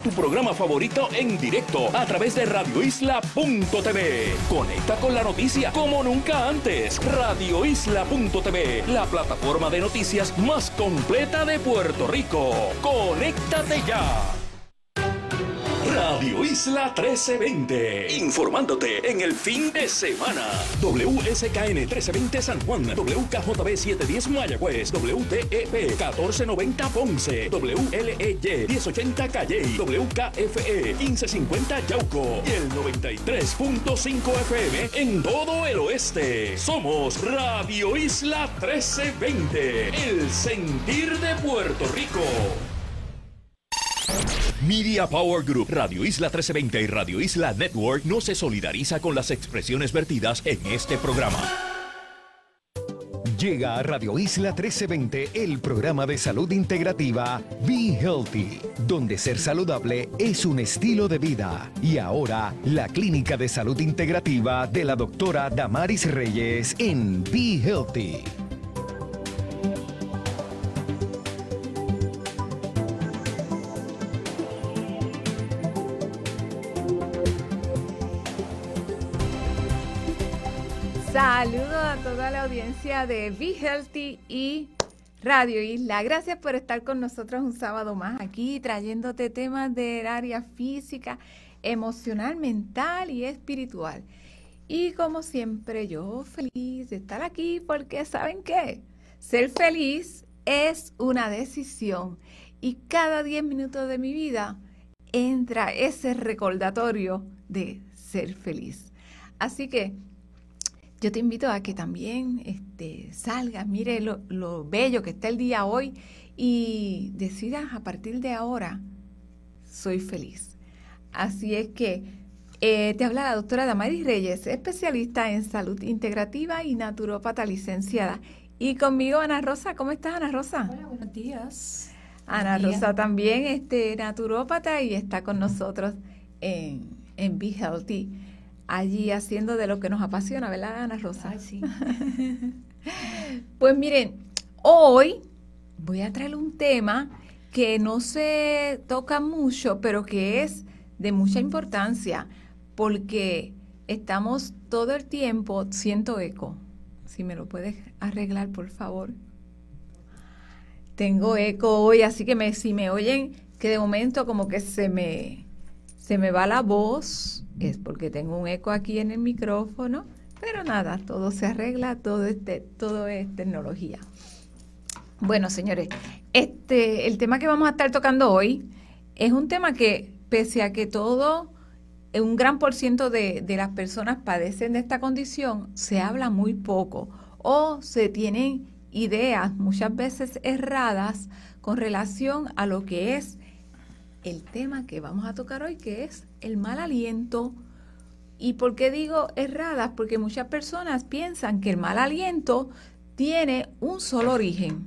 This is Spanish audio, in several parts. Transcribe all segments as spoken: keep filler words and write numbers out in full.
tu programa favorito en directo a través de radio isla punto t v. Conecta con la noticia como nunca antes. radio isla punto t v, la plataforma de noticias más completa de Puerto Rico. ¡Conéctate ya! Radio Isla trece veinte, informándote en el fin de semana. W S K N trece veinte San Juan, W K J B setecientos diez Mayagüez, W T E P catorce noventa Ponce, W L E Y diez ochenta Calley, W K F E quince cincuenta Yauco y el noventa y tres punto cinco F M en todo el oeste. Somos Radio Isla trece veinte, el sentir de Puerto Rico. Media Power Group, Radio Isla trece veinte y Radio Isla Network no se solidariza con las expresiones vertidas en este programa. Llega a Radio Isla trece veinte el programa de salud integrativa Be Healthy, donde ser saludable es un estilo de vida. Y ahora, la clínica de salud integrativa de la doctora Damaris Reyes en Be Healthy. Saludos a toda la audiencia de Be Healthy y Radio Isla. Gracias por estar con nosotros un sábado más aquí, trayéndote temas del área física, emocional, mental y espiritual. Y como siempre, yo feliz de estar aquí porque ¿saben qué? Ser feliz es una decisión y cada diez minutos de mi vida entra ese recordatorio de ser feliz. Así que yo te invito a que también este, salgas, mire lo, lo bello que está el día hoy y decidas a partir de ahora, soy feliz. Así es que eh, te habla la doctora Damaris Reyes, especialista en salud integrativa y naturópata licenciada. Y conmigo Ana Rosa. ¿Cómo estás, Ana Rosa? Hola, buenos días. Ana Buenos Rosa días. también este, naturópata y está con nosotros en, en Be Healthy. Allí haciendo de lo que nos apasiona, ¿verdad, Ana Rosa? Ay, sí. Pues miren, hoy voy a traer un tema que no se toca mucho, pero que es de mucha importancia, porque estamos todo el tiempo, siento eco. Si me lo puedes arreglar, por favor. Tengo eco hoy, así que me, si me oyen que de momento como que se me, se me va la voz, es porque tengo un eco aquí en el micrófono, pero nada, todo se arregla, todo es, te, todo es tecnología. Bueno, señores, este, el tema que vamos a estar tocando hoy es un tema que, pese a que todo, un gran por ciento de, de las personas padecen de esta condición, se habla muy poco o se tienen ideas muchas veces erradas con relación a lo que es el tema que vamos a tocar hoy, que es el mal aliento. ¿Y por qué digo erradas? Porque muchas personas piensan que el mal aliento tiene un solo origen.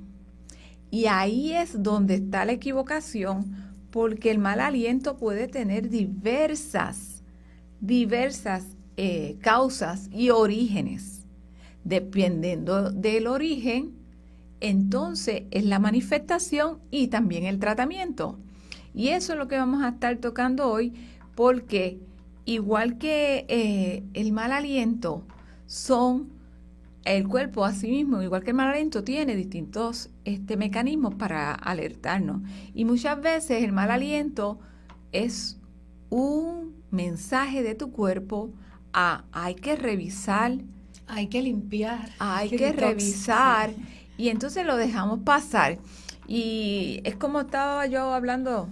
Y ahí es donde está la equivocación, porque el mal aliento puede tener diversas, diversas eh, causas y orígenes. Dependiendo del origen, entonces es la manifestación y también el tratamiento. Y eso es lo que vamos a estar tocando hoy, porque igual que eh, el mal aliento, son el cuerpo a sí mismo, igual que el mal aliento, tiene distintos este, mecanismos para alertarnos. Y muchas veces el mal aliento es un mensaje de tu cuerpo a hay que revisar, Hay que limpiar. hay que, que revisar, y entonces lo dejamos pasar. Y es como estaba yo hablando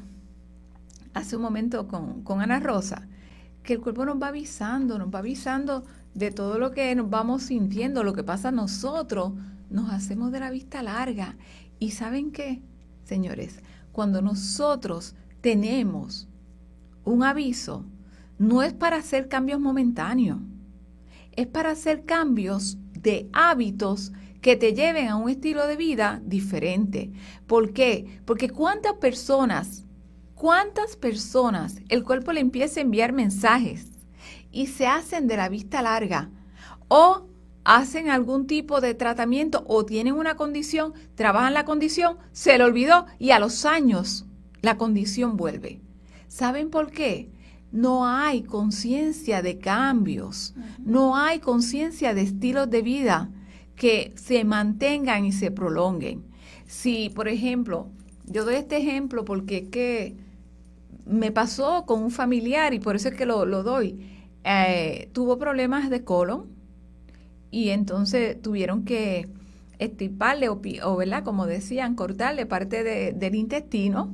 hace un momento con, con Ana Rosa, que el cuerpo nos va avisando, nos va avisando de todo lo que nos vamos sintiendo, lo que pasa. Nosotros nos hacemos de la vista larga. ¿Y saben qué, señores? Cuando nosotros tenemos un aviso, no es para hacer cambios momentáneos, es para hacer cambios de hábitos que te lleven a un estilo de vida diferente. ¿Por qué? Porque cuántas personas, cuántas personas el cuerpo le empieza a enviar mensajes y se hacen de la vista larga o hacen algún tipo de tratamiento o tienen una condición, trabajan la condición, se le olvidó y a los años la condición vuelve. ¿Saben por qué? No hay conciencia de cambios, no hay conciencia de estilos de vida que se mantengan y se prolonguen. Si, por ejemplo, yo doy este ejemplo porque es que me pasó con un familiar y por eso es que lo, lo doy. Eh, tuvo problemas de colon y entonces tuvieron que extirparle o, o ¿verdad? Como decían, cortarle parte de, del intestino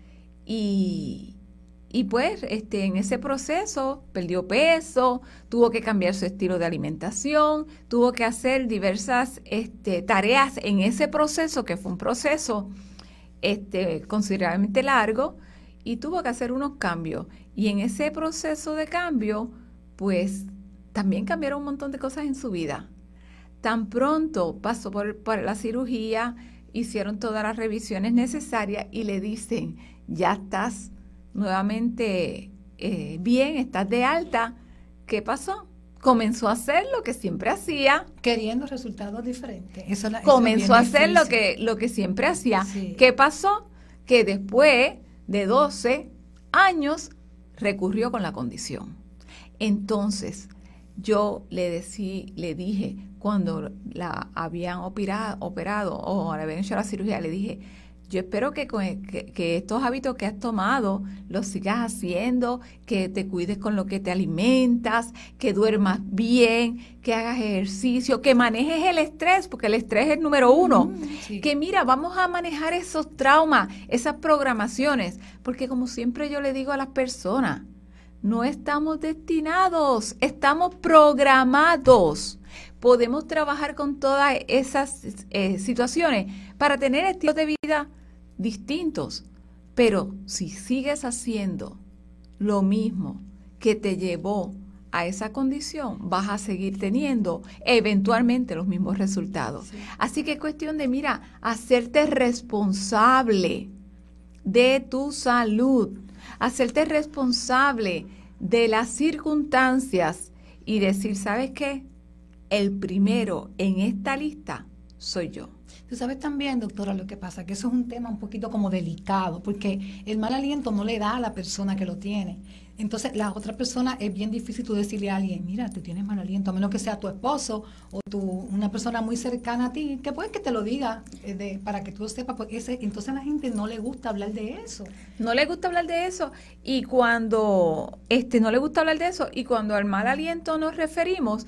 y, y pues este, en ese proceso perdió peso, tuvo que cambiar su estilo de alimentación, tuvo que hacer diversas este, tareas en ese proceso, que fue un proceso este, considerablemente largo, y tuvo que hacer unos cambios. Y en ese proceso de cambio, pues también cambiaron un montón de cosas en su vida. Tan pronto pasó por, por la cirugía, hicieron todas las revisiones necesarias y le dicen, ya estás nuevamente eh, bien, estás de alta. ¿Qué pasó? Comenzó a hacer lo que siempre hacía. Queriendo resultados diferentes. Eso, eso Comenzó a hacer lo que, lo que siempre hacía. Sí. ¿Qué pasó? Que después de doce años recurrió con la condición. Entonces, yo le, decí, le dije, cuando la habían operado, operado o le habían hecho la cirugía, le dije, yo espero que, que, que estos hábitos que has tomado los sigas haciendo, que te cuides con lo que te alimentas, que duermas bien, que hagas ejercicio, que manejes el estrés, porque el estrés es el número uno. Mm, sí. Que mira, vamos a manejar esos traumas, esas programaciones, porque como siempre yo le digo a las personas, no estamos destinados, estamos programados. Podemos trabajar con todas esas eh, situaciones para tener estilos de vida distintos, pero si sigues haciendo lo mismo que te llevó a esa condición, vas a seguir teniendo eventualmente los mismos resultados. Sí. Así que es cuestión de, mira, hacerte responsable de tu salud, hacerte responsable de las circunstancias y decir, ¿sabes qué? El primero en esta lista soy yo. Tú sabes también, doctora, lo que pasa, que eso es un tema un poquito como delicado, porque el mal aliento no le da a la persona que lo tiene. Entonces, la otra persona es bien difícil tú decirle a alguien, mira, tú tienes mal aliento, a menos que sea tu esposo o tu, una persona muy cercana a ti, que puede que te lo diga eh, de, para que tú sepas, porque ese, entonces a la gente no le gusta hablar de eso. No le gusta hablar de eso, y cuando este no le gusta hablar de eso, y cuando al mal aliento nos referimos,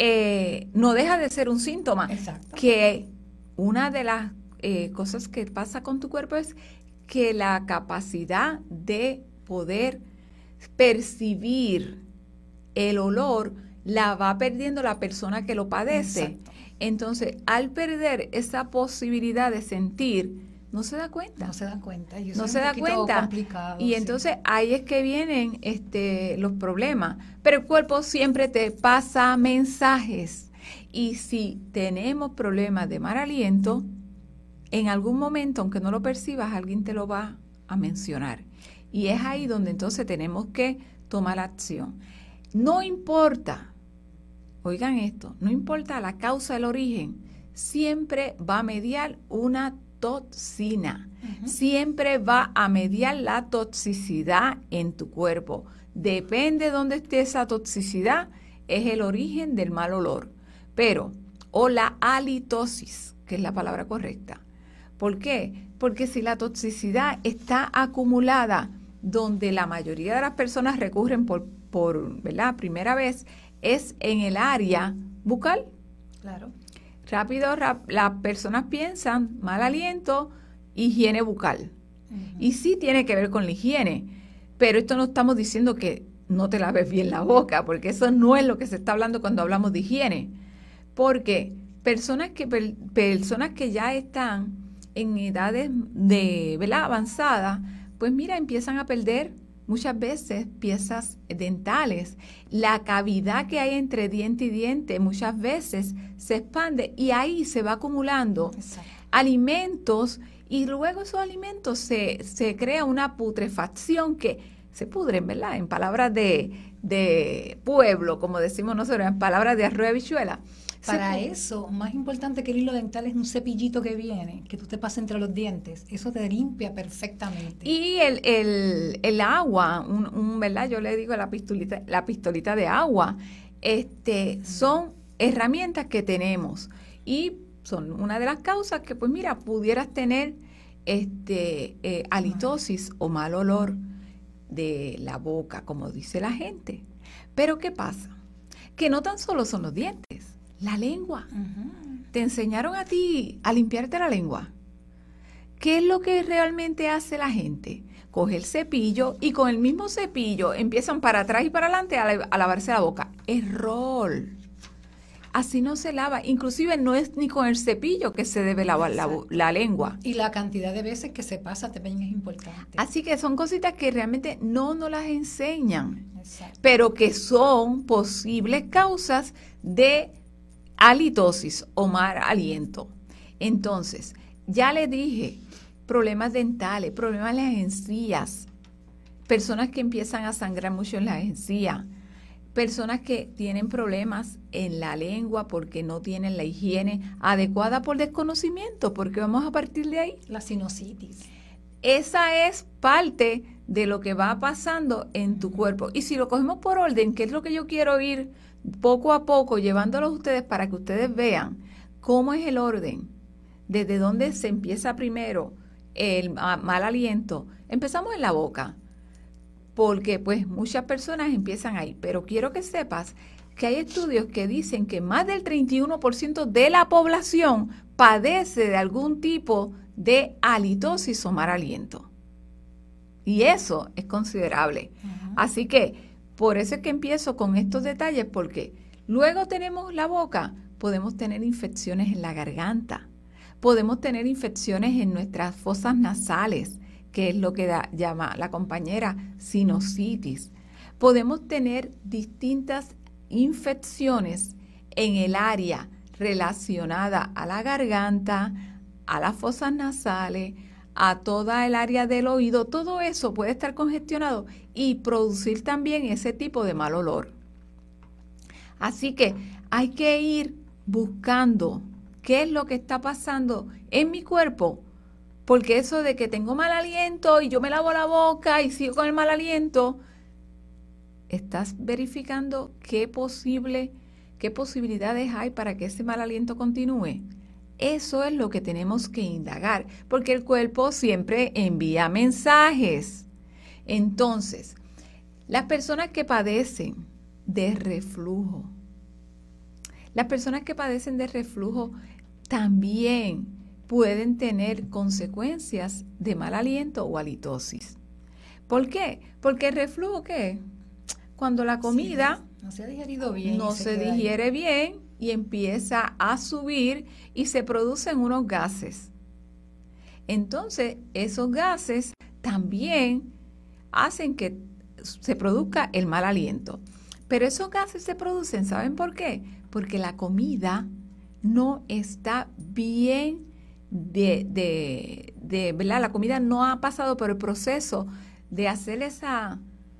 eh, no deja de ser un síntoma. Exacto. Que una de las eh, cosas que pasa con tu cuerpo es que la capacidad de poder percibir el olor la va perdiendo la persona que lo padece. Exacto. Entonces, al perder esa posibilidad de sentir, no se da cuenta. No se da cuenta. Y eso no es se un da cuenta. Complicado, y sí. entonces ahí es que vienen este, los problemas. Pero el cuerpo siempre te pasa mensajes. Y si tenemos problemas de mal aliento, en algún momento, aunque no lo percibas, alguien te lo va a mencionar. Y es ahí donde entonces tenemos que tomar acción. No importa, oigan esto, no importa la causa, el origen, siempre va a mediar una toxina. Uh-huh. Siempre va a mediar la toxicidad en tu cuerpo. Depende de dónde esté esa toxicidad, es el origen del mal olor. Pero, o la halitosis, que es la palabra correcta. ¿Por qué? Porque si la toxicidad está acumulada, donde la mayoría de las personas recurren por, por ¿verdad? Primera vez, es en el área bucal. Claro. Rápido, rap, las personas piensan mal aliento, higiene bucal. Uh-huh. Y sí tiene que ver con la higiene, pero esto no estamos diciendo que no te laves bien la boca, porque eso no es lo que se está hablando cuando hablamos de higiene. Porque personas que, per, personas que ya están en edades de, ¿verdad? avanzadas, pues mira, empiezan a perder muchas veces piezas dentales. La cavidad que hay entre diente y diente muchas veces se expande y ahí se va acumulando Exacto. alimentos y luego esos alimentos se, se crea una putrefacción que se pudren, ¿verdad? En palabras de, de pueblo, como decimos nosotros, en palabras de arroz y habichuela. Para Se- eso, más importante que el hilo dental es un cepillito que viene, que tú te pasas entre los dientes. Eso te limpia perfectamente. Y el, el, el agua, un, un, ¿verdad? Yo le digo la pistolita, la pistolita de agua, este, son herramientas que tenemos y son una de las causas que, pues mira, pudieras tener este eh, halitosis o mal olor de la boca, como dice la gente. Pero ¿qué pasa? Que no tan solo son los dientes, la lengua. Ujú. Te enseñaron a ti a limpiarte la lengua. ¿Qué es lo que realmente hace la gente? Coge el cepillo y con el mismo cepillo empiezan para atrás y para adelante a, la- a lavarse la boca. Error. Así no se lava. Inclusive no es ni con el cepillo que se debe lavar la, bo- la lengua. Y la cantidad de veces que se pasa también es importante. Así que son cositas que realmente no nos las enseñan, Exacto. pero que son posibles causas de halitosis o mal aliento. Entonces, ya les dije, problemas dentales, problemas en las encías, personas que empiezan a sangrar mucho en las encías, personas que tienen problemas en la lengua porque no tienen la higiene adecuada por desconocimiento, porque vamos a partir de ahí. La sinusitis. Esa es parte de lo que va pasando en tu cuerpo. Y si lo cogemos por orden, que es lo que yo quiero ir poco a poco llevándolos a ustedes para que ustedes vean cómo es el orden, desde dónde se empieza primero el ma- mal aliento. Empezamos en la boca, porque pues muchas personas empiezan ahí, pero quiero que sepas que hay estudios que dicen que más del treinta y uno por ciento de la población padece de algún tipo de halitosis o mal aliento. Y eso es considerable. Ujú. Así que por eso es que empiezo con estos detalles, porque luego tenemos la boca, podemos tener infecciones en la garganta, podemos tener infecciones en nuestras fosas nasales, que es lo que da- llama la compañera sinusitis. Podemos tener distintas infecciones en el área relacionada a la garganta, a las fosas nasales, a toda el área del oído. Todo eso puede estar congestionado y producir también ese tipo de mal olor. Así que hay que ir buscando qué es lo que está pasando en mi cuerpo, porque eso de que tengo mal aliento y yo me lavo la boca y sigo con el mal aliento, estás verificando qué posible, qué posibilidades hay para que ese mal aliento continúe. Eso es lo que tenemos que indagar, porque el cuerpo siempre envía mensajes. Entonces, las personas que padecen de reflujo, las personas que padecen de reflujo también pueden tener consecuencias de mal aliento o halitosis. ¿Por qué? Porque el reflujo, ¿qué es? Cuando la comida Sí, no se ha digerido bien. no y se queda ahí. digiere bien y empieza a subir y se producen unos gases. Entonces, esos gases también hacen que se produzca el mal aliento. Pero esos gases se producen, ¿saben por qué? Porque la comida no está bien de, de, de ¿verdad? La comida no ha pasado por el proceso de hacer esa,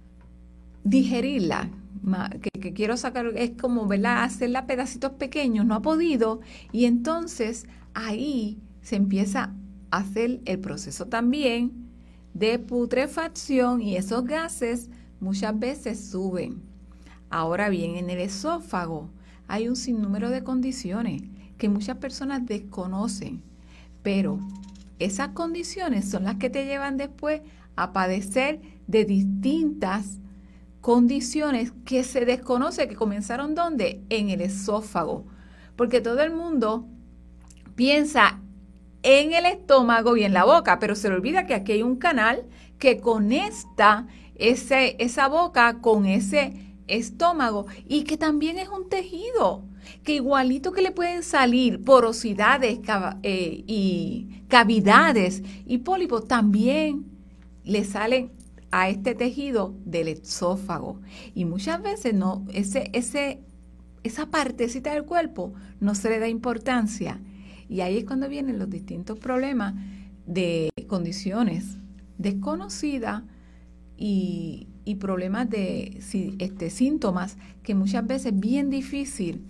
digerirla, ma- que, que quiero sacar, es como, ¿verdad? Hacerla pedacitos pequeños, no ha podido, y entonces ahí se empieza a hacer el proceso también de putrefacción y esos gases muchas veces suben. Ahora bien, en el esófago hay un sinnúmero de condiciones que muchas personas desconocen, pero esas condiciones son las que te llevan después a padecer de distintas condiciones que se desconoce, que comenzaron ¿dónde? En el esófago, porque todo el mundo piensa en el estómago y en la boca, pero se le olvida que aquí hay un canal que conecta ese, esa boca con ese estómago y que también es un tejido, que igualito que le pueden salir porosidades cava- eh, y cavidades y pólipos, también le salen a este tejido del esófago. Y muchas veces no, ese, ese, esa partecita del cuerpo no se le da importancia. Y ahí es cuando vienen los distintos problemas de condiciones desconocidas y, y problemas de si- este, síntomas que muchas veces es bien difícil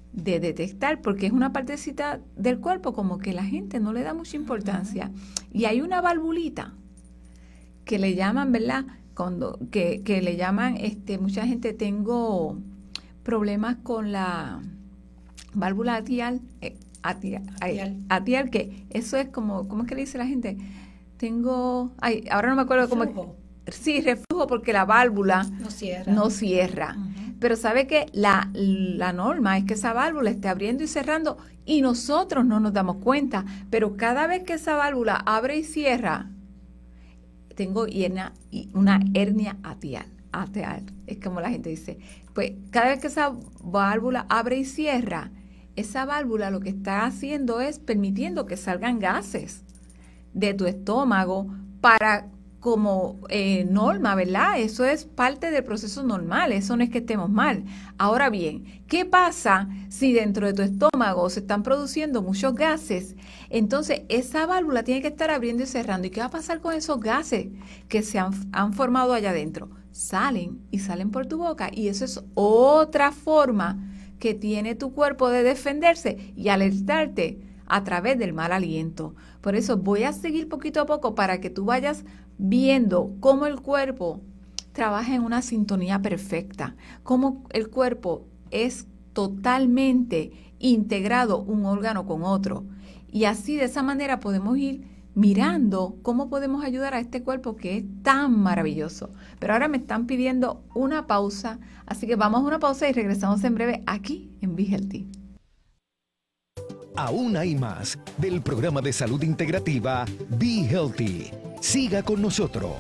de detectar, porque es una partecita del cuerpo como que la gente no le da mucha importancia. Y hay una valvulita que le llaman, ¿verdad? Cuando, que, que le llaman, este, mucha gente tengo problemas con la válvula atial, eh, atial, atial. atial, que eso es como, ¿cómo es que le dice la gente? Tengo, ay, ahora no me acuerdo cómo. Sí, reflujo porque la válvula no cierra. No cierra. Uh-huh. Pero sabe que la, la norma es que esa válvula esté abriendo y cerrando y nosotros no nos damos cuenta. Pero cada vez que esa válvula abre y cierra, tengo hernia, una hernia atial. Atial, es como la gente dice. Pues cada vez que esa válvula abre y cierra, esa válvula lo que está haciendo es permitiendo que salgan gases de tu estómago para como eh, norma, ¿verdad? Eso es parte del proceso normal, eso no es que estemos mal. Ahora bien, ¿qué pasa si dentro de tu estómago se están produciendo muchos gases? Entonces, esa válvula tiene que estar abriendo y cerrando. ¿Y qué va a pasar con esos gases que se han, han formado allá adentro? Salen y salen por tu boca y eso es otra forma que tiene tu cuerpo de defenderse y alertarte a través del mal aliento. Por eso voy a seguir poquito a poco para que tú vayas viendo cómo el cuerpo trabaja en una sintonía perfecta, cómo el cuerpo es totalmente integrado un órgano con otro. Y así de esa manera podemos ir mirando cómo podemos ayudar a este cuerpo que es tan maravilloso. Pero ahora me están pidiendo una pausa, así que vamos a una pausa y regresamos en breve aquí en Be Healthy. Aún hay más del programa de salud integrativa Be Healthy. Siga con nosotros.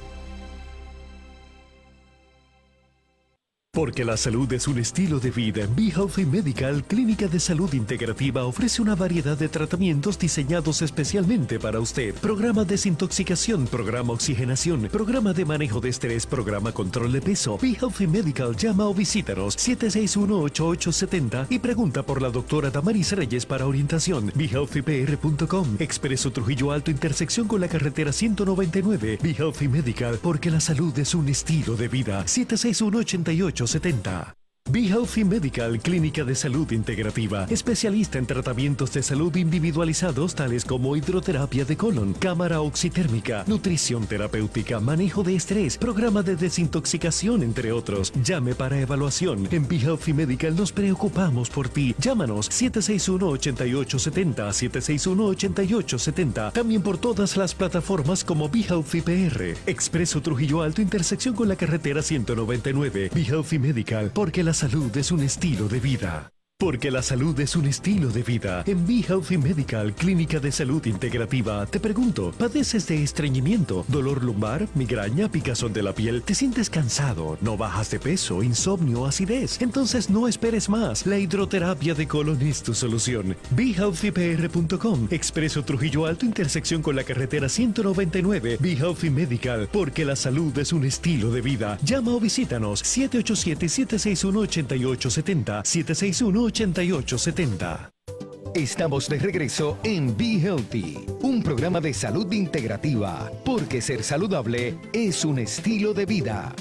Porque la salud es un estilo de vida, Be Healthy Medical, Clínica de Salud Integrativa, ofrece una variedad de tratamientos diseñados especialmente para usted. Programa desintoxicación, programa oxigenación, programa de manejo de estrés, programa control de peso. Be Healthy Medical, llama o visítanos siete seis uno, ocho ocho siete cero y pregunta por la doctora Damaris Reyes para orientación. be healthy p r punto com, Expreso Trujillo Alto, intersección con la carretera ciento noventa y nueve. Be Healthy Medical, porque la salud es un estilo de vida. siete seis uno, ocho ocho setenta. Be Healthy Medical, Clínica de Salud Integrativa, especialista en tratamientos de salud individualizados tales como hidroterapia de colon, cámara oxitérmica, nutrición terapéutica, manejo de estrés, programa de desintoxicación, entre otros. Llame para evaluación. En Be Healthy Medical nos preocupamos por ti. Llámanos siete seis uno, ocho ocho siete cero, siete seis uno, ocho ocho siete cero. También por todas las plataformas como Be Healthy P R. Expreso Trujillo Alto, intersección con la carretera ciento noventa y nueve. Be Healthy Medical, porque la salud es un estilo de vida. Porque la salud es un estilo de vida. En Be Healthy Medical, Clínica de Salud Integrativa, te pregunto, ¿padeces de estreñimiento, dolor lumbar, migraña, picazón de la piel? ¿Te sientes cansado? ¿No bajas de peso, insomnio, acidez? Entonces no esperes más. La hidroterapia de colon es tu solución. be healthy p r punto com, Expreso Trujillo Alto, intersección con la carretera ciento noventa y nueve. Be Healthy Medical, porque la salud es un estilo de vida. Llama o visítanos siete ocho siete, siete seis uno, ocho ocho siete cero, siete seis uno, ocho ocho siete cero. Estamos de regreso en Be Healthy, un programa de salud integrativa, porque ser saludable es un estilo de vida.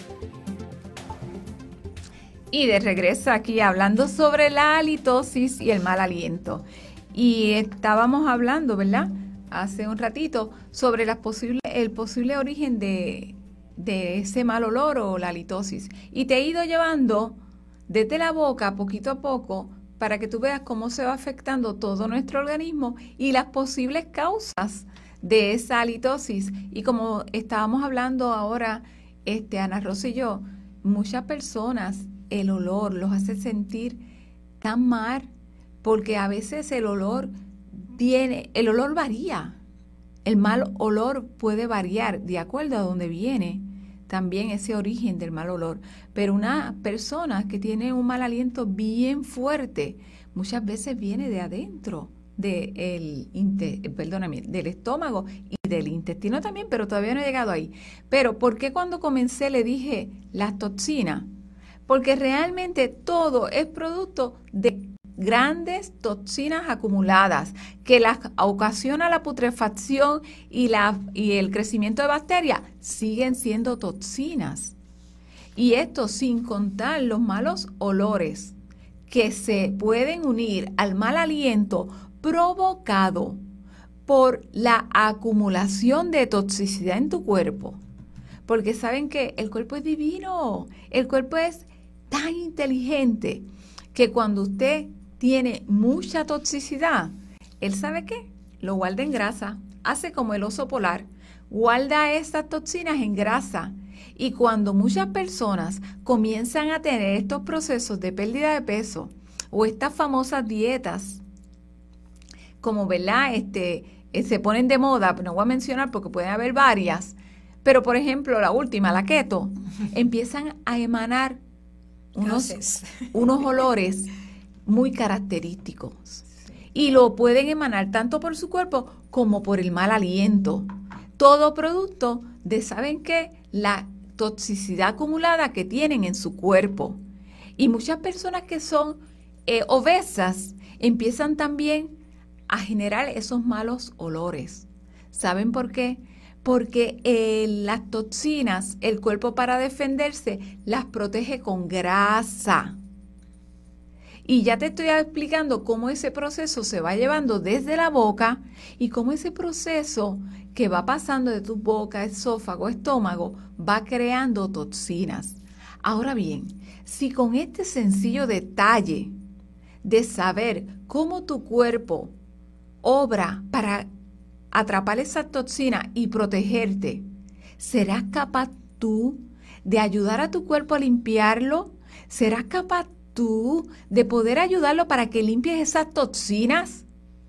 Y de regreso aquí hablando sobre la halitosis y el mal aliento. Y estábamos hablando, ¿verdad?, hace un ratito sobre las posible, el posible origen de, de ese mal olor o la halitosis. Y te he ido llevando desde la boca poquito a poco para que tú veas cómo se va afectando todo nuestro organismo y las posibles causas de esa halitosis. Y como estábamos hablando ahora, este, Ana Rosa y yo, muchas personas el olor los hace sentir tan mal, porque a veces el olor tiene, el olor varía. El mal olor puede variar de acuerdo a dónde viene también ese origen del mal olor. Pero una persona que tiene un mal aliento bien fuerte, muchas veces viene de adentro, de el, perdóname, del estómago y del intestino también, pero todavía no he llegado ahí. Pero ¿por qué cuando comencé le dije las toxinas? Porque realmente todo es producto de grandes toxinas acumuladas que las ocasiona la putrefacción y, la, y el crecimiento de bacterias, siguen siendo toxinas. Y esto sin contar los malos olores que se pueden unir al mal aliento provocado por la acumulación de toxicidad en tu cuerpo. Porque saben que el cuerpo es divino, el cuerpo es tan inteligente que cuando usted tiene mucha toxicidad, él sabe qué, lo guarda en grasa, hace como el oso polar, guarda estas toxinas en grasa. Y cuando muchas personas comienzan a tener estos procesos de pérdida de peso o estas famosas dietas, como, ¿verdad? Este, eh, se ponen de moda, no voy a mencionar porque pueden haber varias, pero por ejemplo la última, la keto, empiezan a emanar unos, unos olores muy característicos y lo pueden emanar tanto por su cuerpo como por el mal aliento. Todo producto de, ¿saben qué? La toxicidad acumulada que tienen en su cuerpo. Y muchas personas que son eh, obesas empiezan también a generar esos malos olores. ¿Saben por qué? Porque eh, las toxinas, el cuerpo para defenderse, las protege con grasa. Y ya te estoy explicando cómo ese proceso se va llevando desde la boca y cómo ese proceso que va pasando de tu boca, esófago, estómago, va creando toxinas. Ahora bien, si con este sencillo detalle de saber cómo tu cuerpo obra para atrapar esa toxina y protegerte, ¿serás capaz tú de ayudar a tu cuerpo a limpiarlo? ¿Serás capaz tú de poder ayudarlo para que limpies esas toxinas?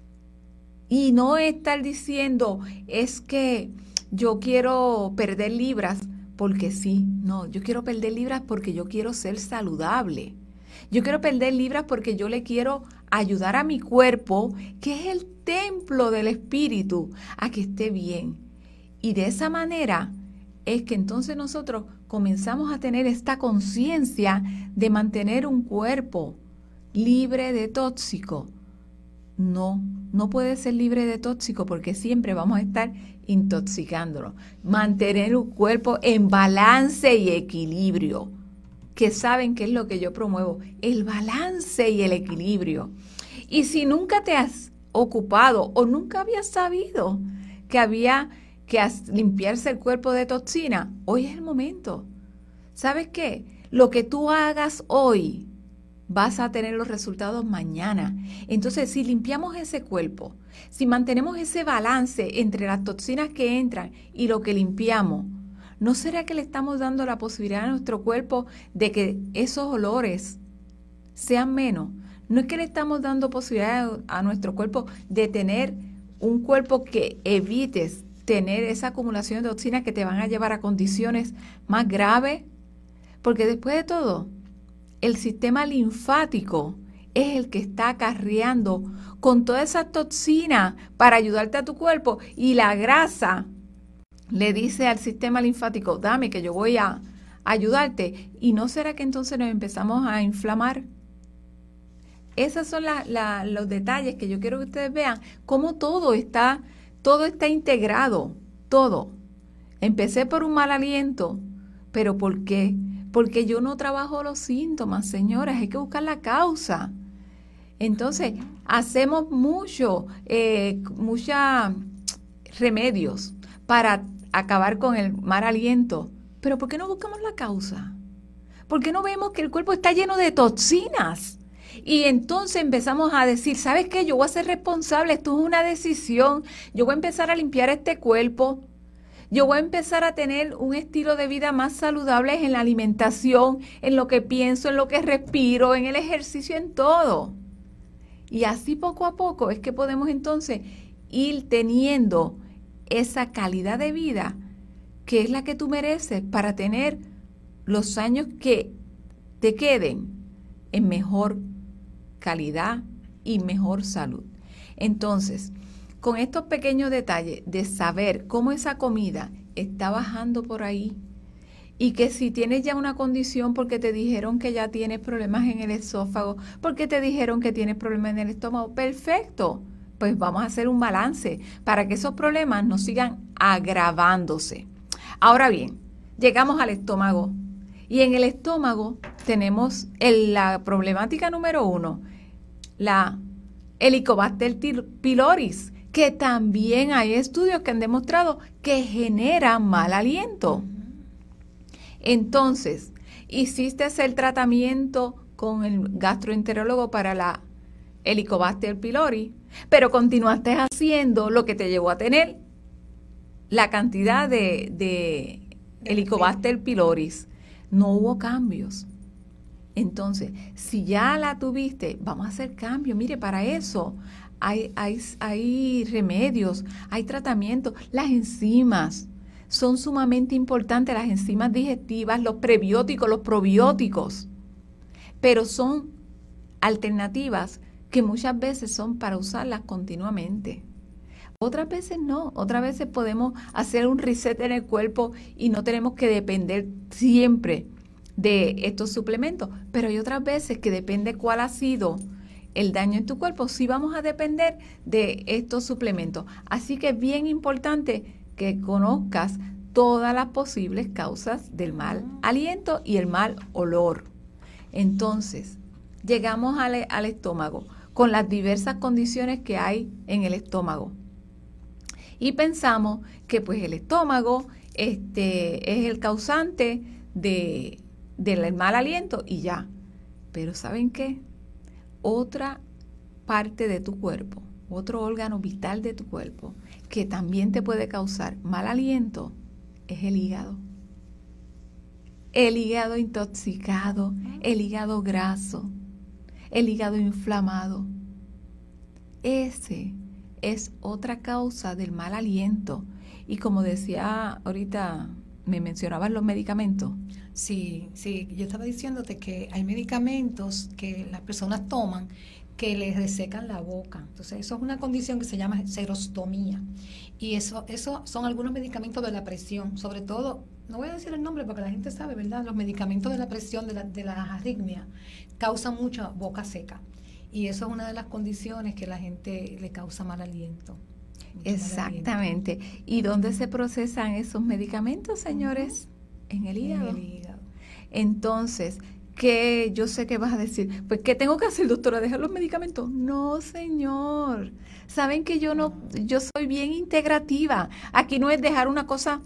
Y no estar diciendo, es que yo quiero perder libras porque sí. No, yo quiero perder libras porque yo quiero ser saludable. Yo quiero perder libras porque yo le quiero ayudar a mi cuerpo, que es el templo del espíritu, a que esté bien. Y de esa manera es que entonces nosotros comenzamos a tener esta conciencia de mantener un cuerpo libre de tóxico. No, no puede ser libre de tóxico porque siempre vamos a estar intoxicándolo. Mantener un cuerpo en balance y equilibrio, que saben qué es lo que yo promuevo, el balance y el equilibrio. Y si nunca te has ocupado o nunca habías sabido que había que limpiarse el cuerpo de toxina, hoy es el momento. ¿Sabes qué? Lo que tú hagas hoy, vas a tener los resultados mañana. Entonces, si limpiamos ese cuerpo, si mantenemos ese balance entre las toxinas que entran y lo que limpiamos, ¿no será que le estamos dando la posibilidad a nuestro cuerpo de que esos olores sean menos? ¿No es que le estamos dando posibilidad a nuestro cuerpo de tener un cuerpo que evites tener esa acumulación de toxinas que te van a llevar a condiciones más graves? Porque después de todo, el sistema linfático es el que está acarreando con toda esa toxina para ayudarte a tu cuerpo, y la grasa le dice al sistema linfático, dame que yo voy a ayudarte. ¿Y no será que entonces nos empezamos a inflamar? Esos son la, la, los detalles que yo quiero que ustedes vean, cómo todo está, todo está integrado, todo. Empecé por un mal aliento, pero ¿por qué? Porque yo no trabajo los síntomas, señoras, hay que buscar la causa. Entonces, hacemos mucho, eh, muchos remedios para acabar con el mal aliento. Pero ¿por qué no buscamos la causa? ¿Por qué no vemos que el cuerpo está lleno de toxinas? Y entonces empezamos a decir, ¿sabes qué? Yo voy a ser responsable, esto es una decisión. Yo voy a empezar a limpiar este cuerpo. Yo voy a empezar a tener un estilo de vida más saludable en la alimentación, en lo que pienso, en lo que respiro, en el ejercicio, en todo. Y así poco a poco es que podemos entonces ir teniendo esa calidad de vida que es la que tú mereces para tener los años que te queden en mejor calidad y mejor salud. Entonces, con estos pequeños detalles de saber cómo esa comida está bajando por ahí, y que si tienes ya una condición porque te dijeron que ya tienes problemas en el esófago, porque te dijeron que tienes problemas en el estómago, perfecto, pues vamos a hacer un balance para que esos problemas no sigan agravándose. Ahora bien, llegamos al estómago, y en el estómago tenemos el, la problemática número uno, la Helicobacter pylori, que también hay estudios que han demostrado que genera mal aliento. Entonces, hiciste el tratamiento con el gastroenterólogo para la Helicobacter pylori, pero continuaste haciendo lo que te llevó a tener la cantidad de, de Helicobacter pylori. No hubo cambios. Entonces, si ya la tuviste, vamos a hacer cambios. Mire, para eso hay, hay, hay remedios, hay tratamientos. Las enzimas son sumamente importantes, las enzimas digestivas, los prebióticos, los probióticos. Pero son alternativas que muchas veces son para usarlas continuamente. Otras veces no, otras veces podemos hacer un reset en el cuerpo y no tenemos que depender siempre de estos suplementos, pero hay otras veces que depende cuál ha sido el daño en tu cuerpo, sí vamos a depender de estos suplementos. Así que es bien importante que conozcas todas las posibles causas del mal aliento y el mal olor. Entonces, llegamos al, al estómago con las diversas condiciones que hay en el estómago. Y pensamos que pues el estómago este, es el causante de, del mal aliento y ya. Pero ¿saben qué? Otra parte de tu cuerpo, otro órgano vital de tu cuerpo que también te puede causar mal aliento es el hígado. El hígado intoxicado, el hígado graso, el hígado inflamado. Ese es otra causa del mal aliento. Y como decía ahorita, me mencionaban los medicamentos. Sí, sí, yo estaba diciéndote que hay medicamentos que las personas toman que les resecan la boca. Entonces, eso es una condición que se llama xerostomía. Y eso, eso son algunos medicamentos de la presión, sobre todo, no voy a decir el nombre porque la gente sabe, ¿verdad? Los medicamentos de la presión, de la, de las arritmias, causan mucha boca seca. Y eso es una de las condiciones que la gente le causa mal aliento. Exactamente. Mal aliento. ¿Y dónde se procesan esos medicamentos, señores? Uh-huh. En el hígado. En el hígado. Entonces, ¿qué yo sé que vas a decir? Pues, ¿qué tengo que hacer, doctora? ¿Dejar los medicamentos? No, señor. Saben que yo no, yo soy bien integrativa. Aquí no es dejar una cosa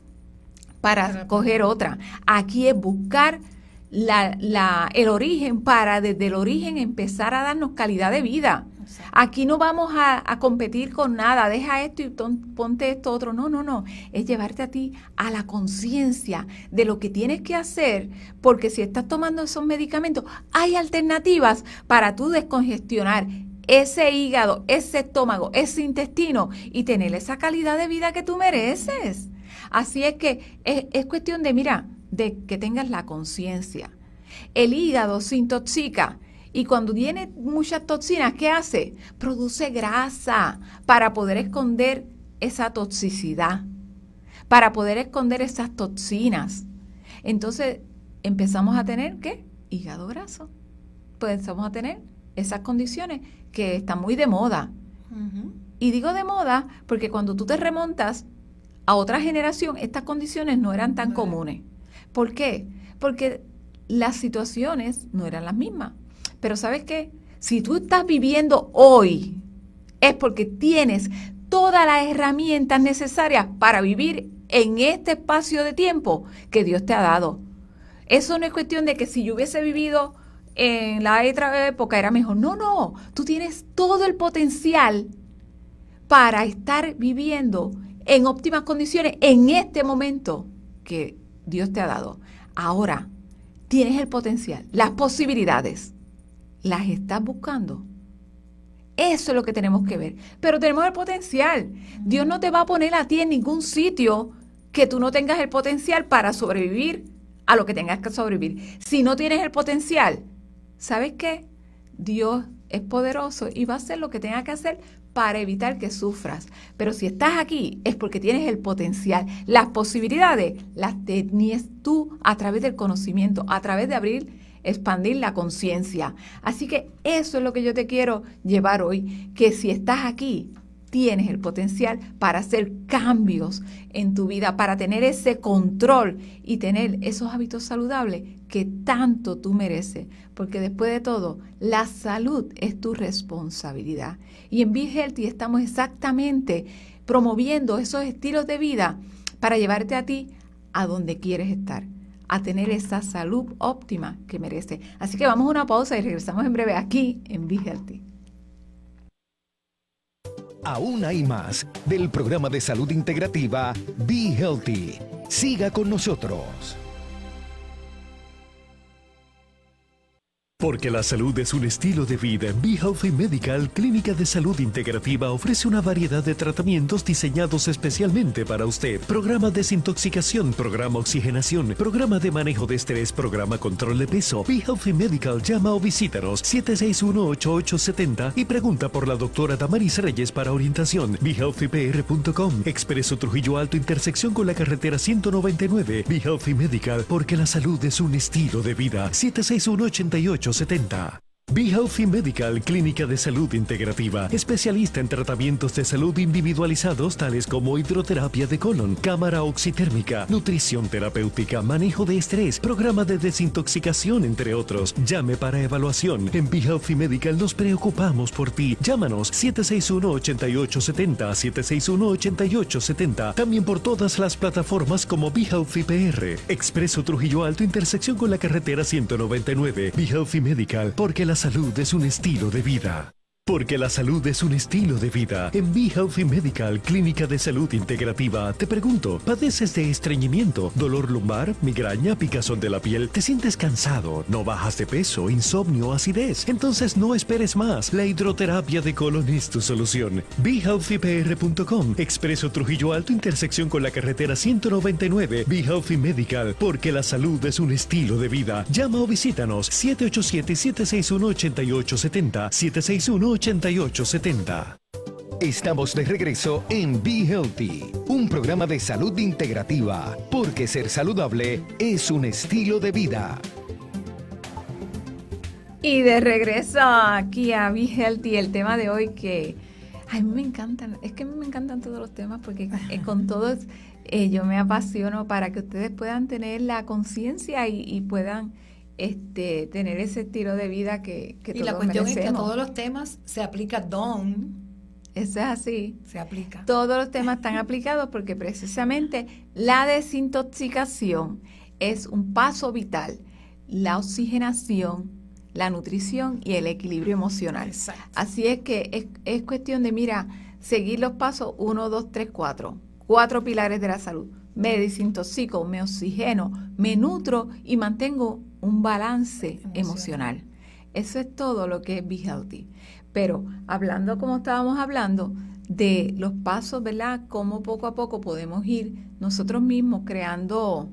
para, para coger otra. Aquí es buscar La, la, el origen para desde el origen empezar a darnos calidad de vida. Exacto. Aquí no vamos a, a competir con nada, deja esto y ton, ponte esto otro. No, no, no. Es llevarte a ti a la conciencia de lo que tienes que hacer, porque si estás tomando esos medicamentos, hay alternativas para tú descongestionar ese hígado, ese estómago, ese intestino y tener esa calidad de vida que tú mereces. Así es que es, es cuestión de, mira, de que tengas la conciencia. El hígado se intoxica y cuando tiene muchas toxinas, ¿qué hace? Produce grasa para poder esconder esa toxicidad, para poder esconder esas toxinas. Entonces empezamos a tener, ¿qué? Hígado graso. Pues empezamos a tener esas condiciones que están muy de moda. Uh-huh. Y digo de moda porque cuando tú te remontas a otra generación, estas condiciones no eran tan bueno. comunes. ¿Por qué? Porque las situaciones no eran las mismas. Pero ¿sabes qué? Si tú estás viviendo hoy, es porque tienes todas las herramientas necesarias para vivir en este espacio de tiempo que Dios te ha dado. Eso no es cuestión de que si yo hubiese vivido en la otra época era mejor. No, no. Tú tienes todo el potencial para estar viviendo en óptimas condiciones en este momento que Dios te ha dado. Ahora, tienes el potencial, las posibilidades, ¿las estás buscando? Eso es lo que tenemos que ver. Pero tenemos el potencial. Dios no te va a poner a ti en ningún sitio que tú no tengas el potencial para sobrevivir a lo que tengas que sobrevivir. Si no tienes el potencial, ¿sabes qué? Dios es poderoso y va a hacer lo que tenga que hacer para evitar que sufras. Pero si estás aquí es porque tienes el potencial. Las posibilidades las tenías tú a través del conocimiento, a través de abrir, expandir la conciencia. Así que eso es lo que yo te quiero llevar hoy, que si estás aquí tienes el potencial para hacer cambios en tu vida, para tener ese control y tener esos hábitos saludables que tanto tú mereces. Porque después de todo, la salud es tu responsabilidad. Y en Be Healthy estamos exactamente promoviendo esos estilos de vida para llevarte a ti a donde quieres estar, a tener esa salud óptima que mereces. Así que vamos a una pausa y regresamos en breve aquí en Be Healthy. Aún hay más del programa de salud integrativa Be Healthy. Siga con nosotros. Porque la salud es un estilo de vida, Be Healthy Medical Clínica de Salud Integrativa ofrece una variedad de tratamientos diseñados especialmente para usted. Programa desintoxicación, programa oxigenación, programa de manejo de estrés, programa control de peso. Be Healthy Medical, llama o visítanos siete seis uno, ocho ocho siete cero y pregunta por la doctora Damaris Reyes para orientación. be healthy p r punto com, Expreso Trujillo Alto, intersección con la carretera ciento noventa y nueve. Be Healthy Medical, porque la salud es un estilo de vida. siete seis uno, ocho ocho setenta. Be Healthy Medical Clínica de Salud Integrativa, especialista en tratamientos de salud individualizados tales como hidroterapia de colon, cámara oxitérmica, nutrición terapéutica, manejo de estrés, programa de desintoxicación, entre otros. Llame para evaluación. En Be Healthy Medical nos preocupamos por ti. Llámanos siete seis uno, ocho ocho siete cero, siete seis uno, ocho ocho siete cero. También por todas las plataformas como Be Healthy P R. Expreso Trujillo Alto, intersección con la carretera ciento noventa y nueve. Be Healthy Medical, porque la salud es un estilo de vida. Porque la salud es un estilo de vida. En Be Healthy Medical Clínica de Salud Integrativa, te pregunto, ¿padeces de estreñimiento, dolor lumbar, migraña, picazón de la piel? ¿Te sientes cansado? ¿No bajas de peso, insomnio, acidez? Entonces no esperes más. La hidroterapia de colon es tu solución. be healthy p r punto com, Expreso Trujillo Alto, intersección con la carretera ciento noventa y nueve. Be Healthy Medical, porque la salud es un estilo de vida. Llama o visítanos siete ocho siete, siete seis uno, ocho ocho siete cero, siete seis uno, ocho ocho siete cero. Estamos de regreso en Be Healthy, un programa de salud integrativa, porque ser saludable es un estilo de vida. Y de regreso aquí a Be Healthy, el tema de hoy que a mí me encantan, es que a mí me encantan todos los temas porque eh, con todos eh, yo me apasiono para que ustedes puedan tener la conciencia y, y puedan este tener ese estilo de vida que, que y todos la cuestión merecemos. es que a todos los temas se aplica don. Eso es así. Se aplica. Todos los temas están aplicados porque precisamente la desintoxicación es un paso vital. La oxigenación, la nutrición y el equilibrio emocional. Exacto. Así es que es, es cuestión de, mira, seguir los pasos uno, dos, tres, cuatro. Cuatro pilares de la salud. Me desintoxico, me oxigeno, me nutro y mantengo un balance emocional. emocional. Eso es todo lo que es Be Healthy. Pero hablando como estábamos hablando de los pasos, ¿verdad? Cómo poco a poco podemos ir nosotros mismos creando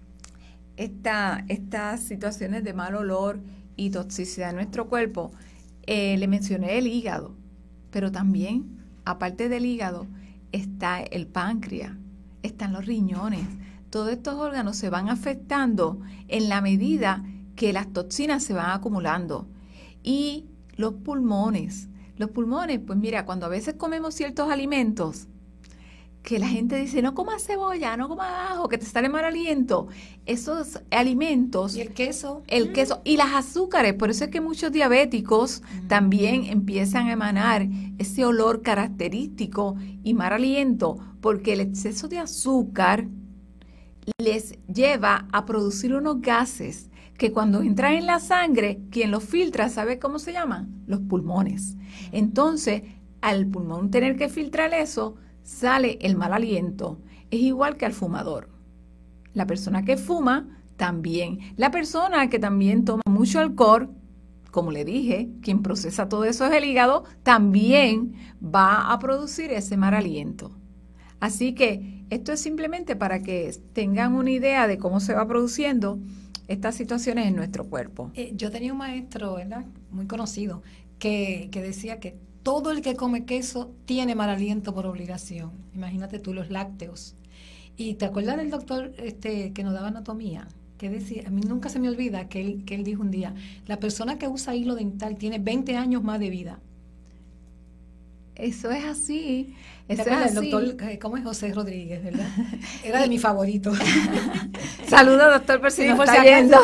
esta, estas situaciones de mal olor y toxicidad en nuestro cuerpo. Eh, le mencioné el hígado, pero también, aparte del hígado, está el páncreas, están los riñones. Todos estos órganos se van afectando en la medida que las toxinas se van acumulando. Y los pulmones. Los pulmones, pues mira, cuando a veces comemos ciertos alimentos, que la gente dice, no comas cebolla, no comas ajo, que te sale mal aliento. Esos alimentos... ¿Y el queso? El mm. queso y las azúcares. Por eso es que muchos diabéticos mm. también empiezan a emanar ese olor característico y mal aliento, porque el exceso de azúcar les lleva a producir unos gases que cuando entran en la sangre, quien los filtra, ¿sabe cómo se llaman? Los pulmones. Entonces, al pulmón tener que filtrar eso, sale el mal aliento. Es igual que al fumador. La persona que fuma, también. La persona que también toma mucho alcohol, como le dije, quien procesa todo eso es el hígado, también va a producir ese mal aliento. Así que esto es simplemente para que tengan una idea de cómo se va produciendo estas situaciones en nuestro cuerpo. Eh, yo tenía un maestro, ¿verdad?, muy conocido, que, que decía que todo el que come queso tiene mal aliento por obligación. Imagínate tú, los lácteos. ¿Y te acuerdas del doctor este, que nos daba anatomía? Que decía, a mí nunca se me olvida que él, que él dijo un día, la persona que usa hilo dental tiene veinte años más de vida. Eso es así. Eso es el así. doctor, ¿cómo es José Rodríguez, verdad? Era de mi favorito. Saludos, doctor, por si Sí, nos por está si yendo.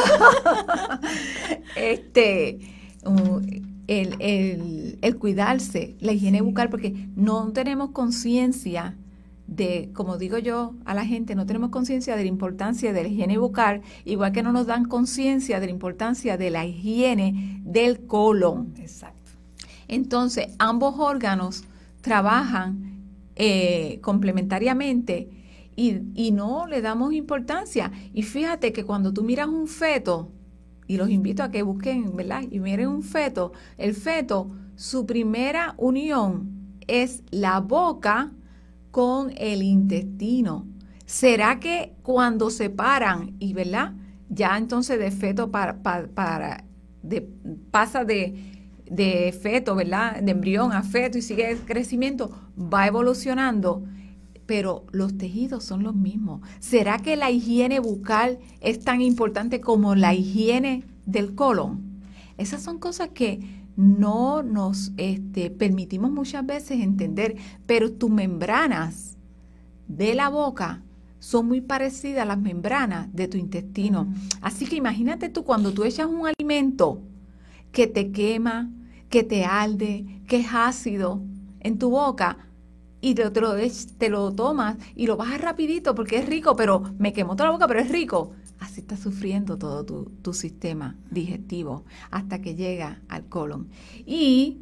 este, uh, el, el, el cuidarse, la higiene bucal, porque no tenemos conciencia de, como digo yo a la gente, no tenemos conciencia de la importancia de la higiene bucal, igual que no nos dan conciencia de la importancia de la higiene del colon. Exacto. Entonces, ambos órganos trabajan eh, complementariamente y, y no le damos importancia. Y fíjate que cuando tú miras un feto, y los invito a que busquen, ¿verdad? Y miren un feto, el feto, su primera unión es la boca con el intestino. ¿Será que cuando se paran y, ¿verdad? Ya entonces de feto para, para, para de, pasa de de feto, ¿verdad? De embrión a feto y sigue el crecimiento, va evolucionando, pero los tejidos son los mismos. ¿Será que la higiene bucal es tan importante como la higiene del colon? Esas son cosas que no nos este, permitimos muchas veces entender, pero tus membranas de la boca son muy parecidas a las membranas de tu intestino. Mm. Así que imagínate tú cuando tú echas un alimento que te quema, que te arde, que es ácido en tu boca y te, te, lo, te lo tomas y lo bajas rapidito porque es rico, pero me quemó toda la boca, pero es rico. Así está sufriendo todo tu, tu sistema digestivo hasta que llega al colon. Y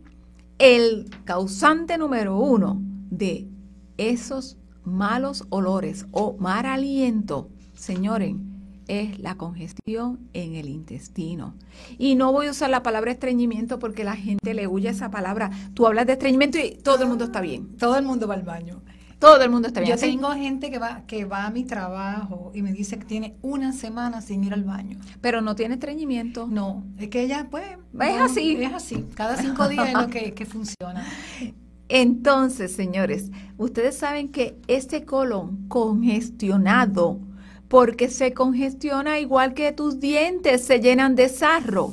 el causante número uno de esos malos olores o mal aliento, señores, es la congestión en el intestino. Y no voy a usar la palabra estreñimiento porque la gente le huye a esa palabra. Tú hablas de estreñimiento y todo el mundo está bien. Todo el mundo va al baño. Todo el mundo está bien. Yo tengo gente que va que va a mi trabajo y me dice que tiene una semana sin ir al baño. Pero no tiene estreñimiento. No, es que ella pues... Es no, así. Es así. Cada cinco días es lo que, que funciona. Entonces, señores, ustedes saben que este colon congestionado, porque se congestiona igual que tus dientes se llenan de sarro.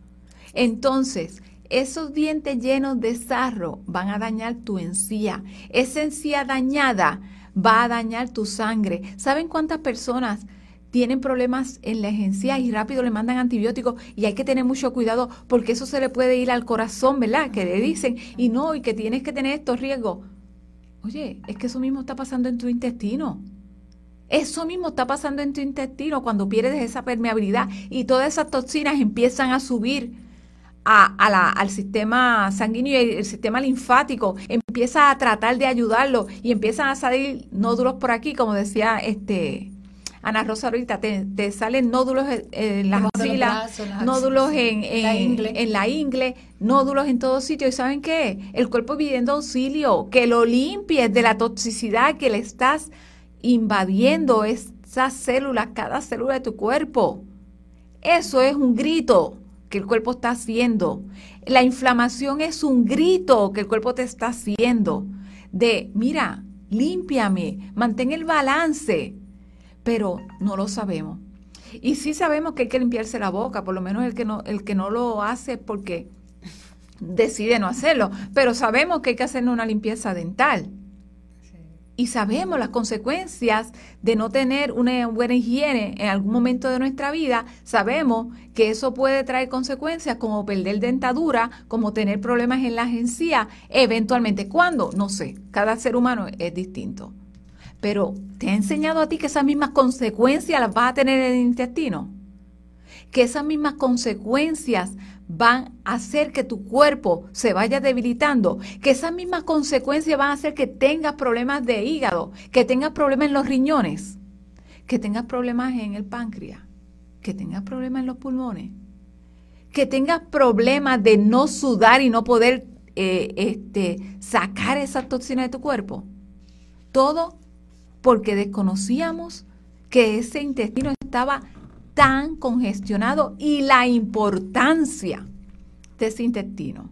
Entonces, esos dientes llenos de sarro van a dañar tu encía. Esa encía dañada va a dañar tu sangre. ¿Saben cuántas personas tienen problemas en las encías y rápido le mandan antibióticos? Y hay que tener mucho cuidado porque eso se le puede ir al corazón, ¿verdad? Que le dicen, y no, y que tienes que tener estos riesgos. Oye, es que eso mismo está pasando en tu intestino. Eso mismo está pasando en tu intestino cuando pierdes esa permeabilidad y todas esas toxinas empiezan a subir a, a la, al sistema sanguíneo y el sistema linfático. Empieza a tratar de ayudarlo y empiezan a salir nódulos por aquí, como decía este Ana Rosa ahorita, te, te salen nódulos en las axilas, nódulos en, en, la ingle. en la ingle, nódulos en todo sitio. ¿Y saben qué? El cuerpo pidiendo auxilio, que lo limpies de la toxicidad que le estás invadiendo esas células, cada célula de tu cuerpo. Eso es un grito que el cuerpo está haciendo. La inflamación es un grito que el cuerpo te está haciendo de, mira, límpiame, mantén el balance, pero no lo sabemos. Y sí sabemos que hay que limpiarse la boca, por lo menos el que no, el que no lo hace es porque decide no hacerlo, pero sabemos que hay que hacer una limpieza dental. Y sabemos las consecuencias de no tener una buena higiene en algún momento de nuestra vida. Sabemos que eso puede traer consecuencias como perder dentadura, como tener problemas en las encías, eventualmente. ¿Cuándo? No sé. Cada ser humano es distinto. Pero ¿te ha enseñado a ti que esas mismas consecuencias las vas a tener en el intestino? Que esas mismas consecuencias van a hacer que tu cuerpo se vaya debilitando, que esas mismas consecuencias van a hacer que tengas problemas de hígado, que tengas problemas en los riñones, que tengas problemas en el páncreas, que tengas problemas en los pulmones, que tengas problemas de no sudar y no poder eh, este, sacar esas toxinas de tu cuerpo. Todo porque desconocíamos que ese intestino estaba tan congestionado y la importancia de ese intestino.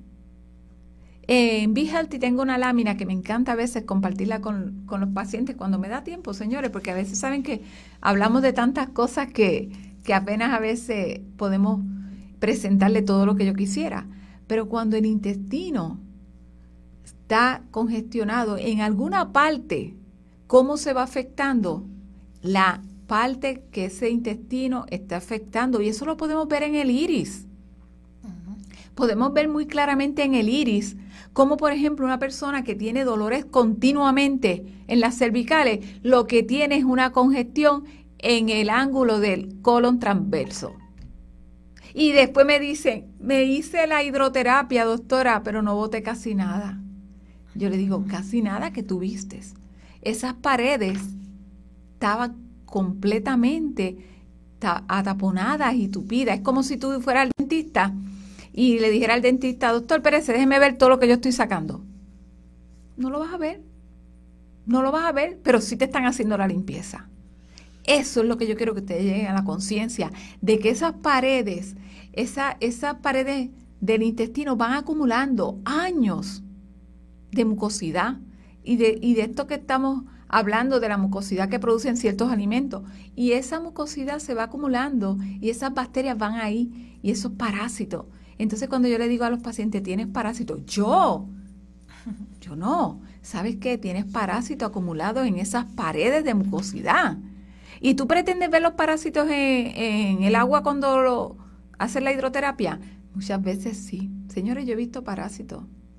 En Be Healthy tengo una lámina que me encanta a veces compartirla con, con los pacientes cuando me da tiempo, señores, porque a veces saben que hablamos de tantas cosas que, que apenas a veces podemos presentarle todo lo que yo quisiera. Pero cuando el intestino está congestionado en alguna parte, ¿cómo se va afectando? La parte que ese intestino está afectando, y eso lo podemos ver en el iris. Uh-huh. Podemos ver muy claramente en el iris como, por ejemplo, una persona que tiene dolores continuamente en las cervicales, lo que tiene es una congestión en el ángulo del colon transverso. Y después me dicen, me hice la hidroterapia, doctora, pero no boté casi nada. Yo le digo, casi nada que tuviste. Esas paredes estaban completamente ataponadas y tupidas. Es como si tú fueras al dentista y le dijera al dentista, doctor Pérez, déjeme ver todo lo que yo estoy sacando. No lo vas a ver, no lo vas a ver, pero sí te están haciendo la limpieza. Eso es lo que yo quiero que ustedes lleguen a la conciencia, de que esas paredes, esa, esas paredes del intestino van acumulando años de mucosidad y de, y de esto que estamos hablando, de la mucosidad que producen ciertos alimentos. Y esa mucosidad se va acumulando y esas bacterias van ahí y esos parásitos. Entonces, cuando yo le digo a los pacientes, ¿tienes parásitos? Yo, yo no. ¿Sabes qué? Tienes parásitos acumulados en esas paredes de mucosidad. ¿Y tú pretendes ver los parásitos en, en el agua cuando lo, haces la hidroterapia? Muchas veces sí. Señores, yo he visto parásitos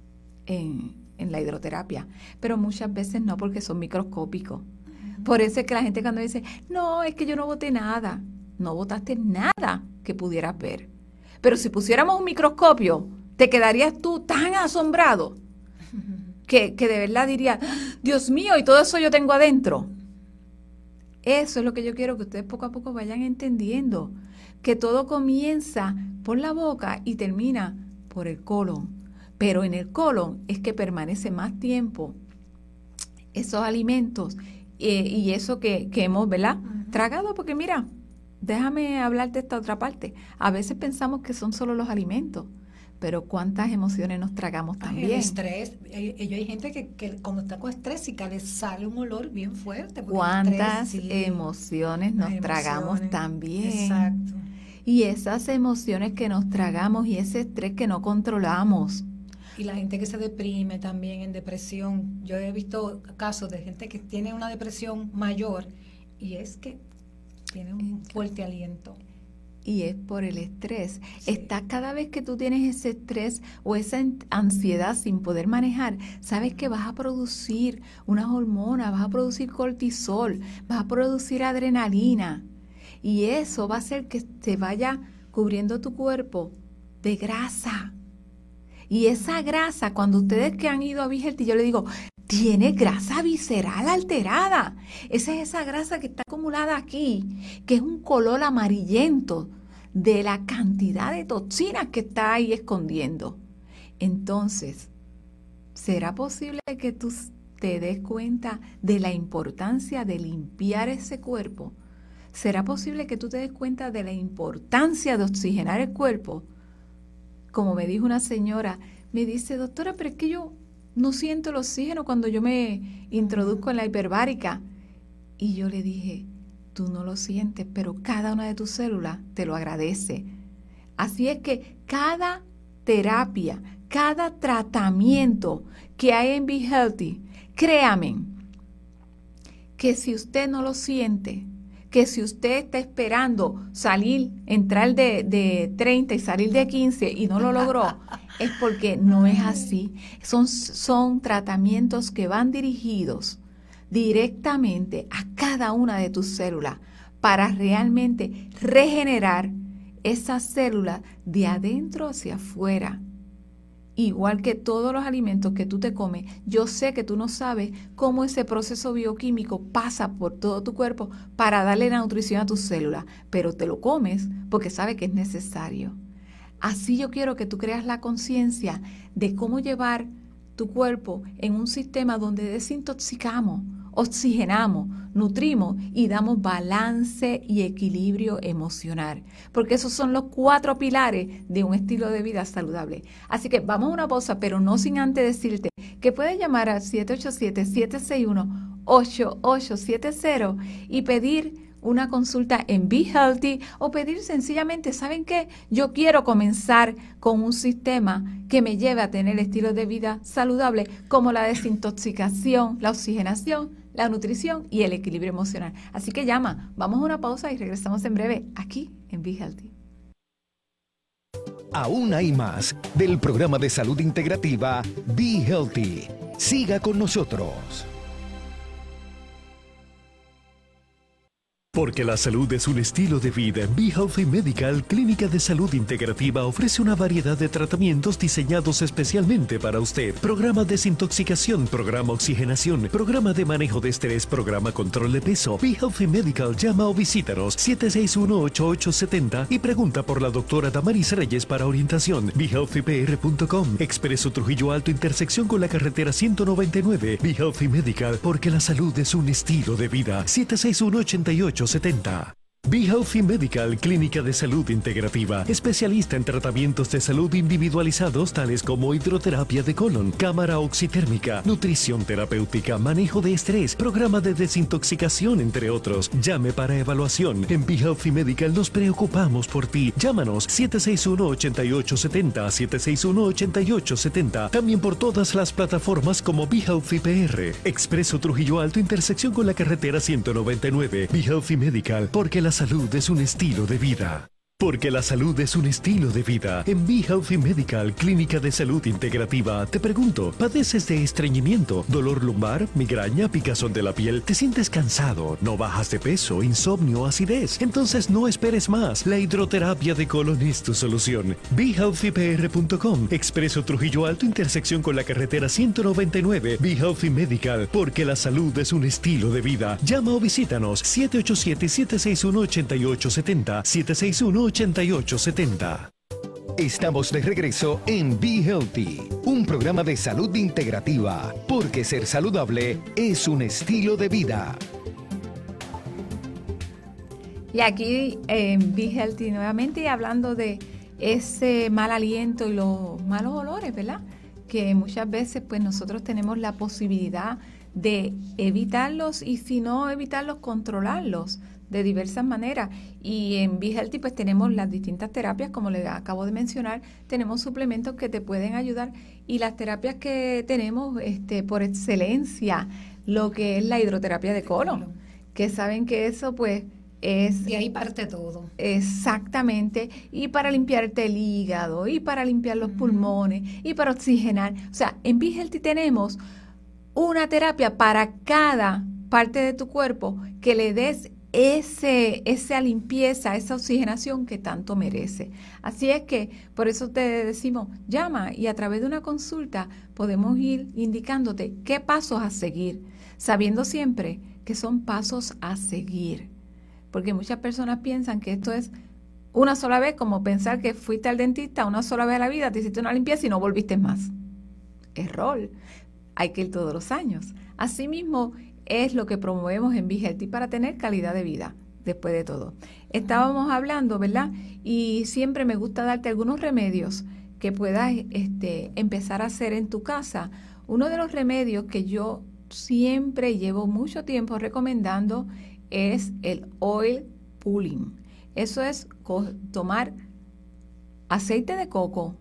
en, en la hidroterapia, pero muchas veces no, porque son microscópicos. Uh-huh. Por eso es que la gente cuando dice, no, es que yo no boté nada. No botaste nada que pudieras ver. Pero si pusiéramos un microscopio, te quedarías tú tan asombrado que, que de verdad dirías, Dios mío, y todo eso yo tengo adentro. Eso es lo que yo quiero que ustedes poco a poco vayan entendiendo, que todo comienza por la boca y termina por el colon. Pero en el colon es que permanece más tiempo esos alimentos eh, y eso que, que hemos, ¿verdad?, uh-huh, tragado, porque mira, déjame hablarte de esta otra parte. A veces pensamos que son solo los alimentos, pero cuántas emociones nos tragamos también. El estrés, eh, hay gente que, que cuando está con estrés y que le sale un olor bien fuerte. Cuántas estrés, sí, emociones nos emociones, tragamos también. Exacto. Y esas emociones que nos tragamos y ese estrés que no controlamos. Y la gente que se deprime también en depresión. Yo he visto casos de gente que tiene una depresión mayor y es que tiene un fuerte aliento. Y es por el estrés. Sí. Está cada vez que tú tienes ese estrés o esa ansiedad sin poder manejar, sabes que vas a producir unas hormonas, vas a producir cortisol, vas a producir adrenalina. Y eso va a hacer que te vaya cubriendo tu cuerpo de grasa. Y esa grasa, cuando ustedes que han ido a Vigel, yo le digo, tiene grasa visceral alterada. Esa es esa grasa que está acumulada aquí, que es un color amarillento de la cantidad de toxinas que está ahí escondiendo. Entonces, ¿será posible que tú te des cuenta de la importancia de limpiar ese cuerpo? ¿Será posible que tú te des cuenta de la importancia de oxigenar el cuerpo? Como me dijo una señora, me dice, doctora, pero es que yo no siento el oxígeno cuando yo me introduzco en la hiperbárica. Y yo le dije, tú no lo sientes, pero cada una de tus células te lo agradece. Así es que cada terapia, cada tratamiento que hay en Be Healthy, créame, que si usted no lo siente, que si usted está esperando salir, entrar de, de treinta y salir de quince y no lo logró, es porque no es así. Son, son tratamientos que van dirigidos directamente a cada una de tus células para realmente regenerar esas células de adentro hacia afuera. Igual que todos los alimentos que tú te comes, yo sé que tú no sabes cómo ese proceso bioquímico pasa por todo tu cuerpo para darle la nutrición a tus células, pero te lo comes porque sabes que es necesario. Así yo quiero que tú creas la conciencia de cómo llevar tu cuerpo en un sistema donde desintoxicamos, oxigenamos, nutrimos y damos balance y equilibrio emocional, porque esos son los cuatro pilares de un estilo de vida saludable. Así que vamos a una pausa, pero no sin antes decirte que puedes llamar al siete ocho siete, siete seis uno, ocho ocho siete cero y pedir una consulta en Be Healthy o pedir sencillamente, ¿saben qué? Yo quiero comenzar con un sistema que me lleve a tener estilos de vida saludable como la desintoxicación, la oxigenación, la nutrición y el equilibrio emocional. Así que llama, vamos a una pausa y regresamos en breve aquí en Be Healthy. Aún hay más del programa de salud integrativa Be Healthy. Siga con nosotros. Porque la salud es un estilo de vida. Be Healthy Medical, clínica de salud integrativa, ofrece una variedad de tratamientos diseñados especialmente para usted. Programa desintoxicación, programa oxigenación, programa de manejo de estrés, programa control de peso. Be Healthy Medical, llama o visítanos siete seis uno, ocho ocho siete cero y pregunta por la doctora Damaris Reyes para orientación. be healthy p r punto com, Expreso Trujillo Alto, intersección con la carretera ciento noventa y nueve. Be Healthy Medical, porque la salud es un estilo de vida. siete seis uno, ocho ocho setenta. Be Healthy Medical, clínica de salud integrativa, especialista en tratamientos de salud individualizados tales como hidroterapia de colon, cámara oxitérmica, nutrición terapéutica, manejo de estrés, programa de desintoxicación, entre otros. Llame para evaluación. En Be Healthy Medical nos preocupamos por ti. Llámanos siete seis uno, ocho ocho siete cero, siete seis uno, ocho ocho siete cero. También por todas las plataformas como Be Healthy P R. Expreso Trujillo Alto, intersección con la carretera ciento noventa y nueve. Be Healthy Medical, porque la salud es un estilo de vida. Porque la salud es un estilo de vida. En Be Healthy Medical, clínica de salud integrativa, te pregunto, ¿padeces de estreñimiento, dolor lumbar, migraña, picazón de la piel? ¿Te sientes cansado? ¿No bajas de peso, insomnio, acidez? Entonces no esperes más. La hidroterapia de colon es tu solución. be healthy p r punto com, Expreso Trujillo Alto, intersección con la carretera ciento noventa y nueve. Be Healthy Medical, porque la salud es un estilo de vida. Llama o visítanos siete ocho siete, siete seis uno, ocho ocho siete cero, siete seis uno, ocho ocho siete cero. Estamos de regreso en Be Healthy, un programa de salud integrativa, porque ser saludable es un estilo de vida. Y aquí en Be Healthy nuevamente hablando de ese mal aliento y los malos olores, ¿verdad? Que muchas veces pues nosotros tenemos la posibilidad de evitarlos y si no evitarlos, controlarlos de diversas maneras. Y en Be Healthy pues tenemos las distintas terapias, como les acabo de mencionar, tenemos suplementos que te pueden ayudar y las terapias que tenemos este, por excelencia, lo que es la hidroterapia de colon, que saben que eso pues es... De ahí parte todo. Exactamente, y para limpiarte el hígado, y para limpiar los pulmones, y para oxigenar. O sea, en Be Healthy tenemos una terapia para cada parte de tu cuerpo que le des ese, esa limpieza, esa oxigenación que tanto merece. Así es que por eso te decimos, llama y a través de una consulta podemos ir indicándote qué pasos a seguir, sabiendo siempre que son pasos a seguir. Porque muchas personas piensan que esto es una sola vez, como pensar que fuiste al dentista una sola vez a la vida, te hiciste una limpieza y no volviste más. Error. Hay que ir todos los años. Asimismo, es lo que promovemos en Be Healthy para tener calidad de vida, después de todo. Estábamos hablando, ¿verdad? Y siempre me gusta darte algunos remedios que puedas este, empezar a hacer en tu casa. Uno de los remedios que yo siempre llevo mucho tiempo recomendando es el oil pulling. Eso es tomar aceite de coco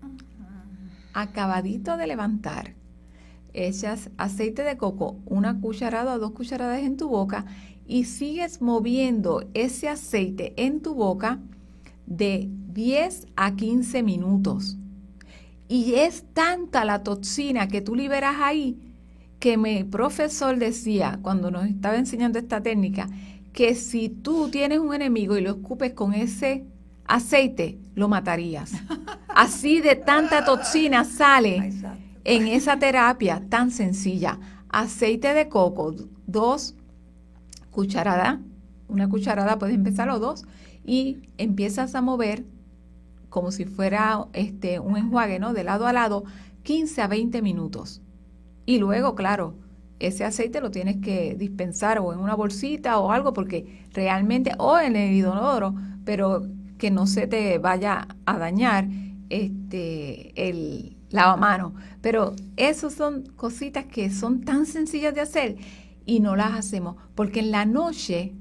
acabadito de levantar. Echas aceite de coco, una cucharada o dos cucharadas en tu boca y sigues moviendo ese aceite en tu boca de diez a quince minutos. Y es tanta la toxina que tú liberas ahí que mi profesor decía cuando nos estaba enseñando esta técnica que si tú tienes un enemigo y lo escupes con ese aceite, lo matarías. Así de tanta toxina sale en esa terapia tan sencilla. Aceite de coco, dos cucharadas, una cucharada, puedes empezar o dos, y empiezas a mover como si fuera este un enjuague, ¿no? De lado a lado, quince a veinte minutos. Y luego, claro, ese aceite lo tienes que dispensar o en una bolsita o algo, porque realmente, o en el inodoro, pero que no se te vaya a dañar este el lavamanos. Pero esas son cositas que son tan sencillas de hacer y no las hacemos, porque en la noche,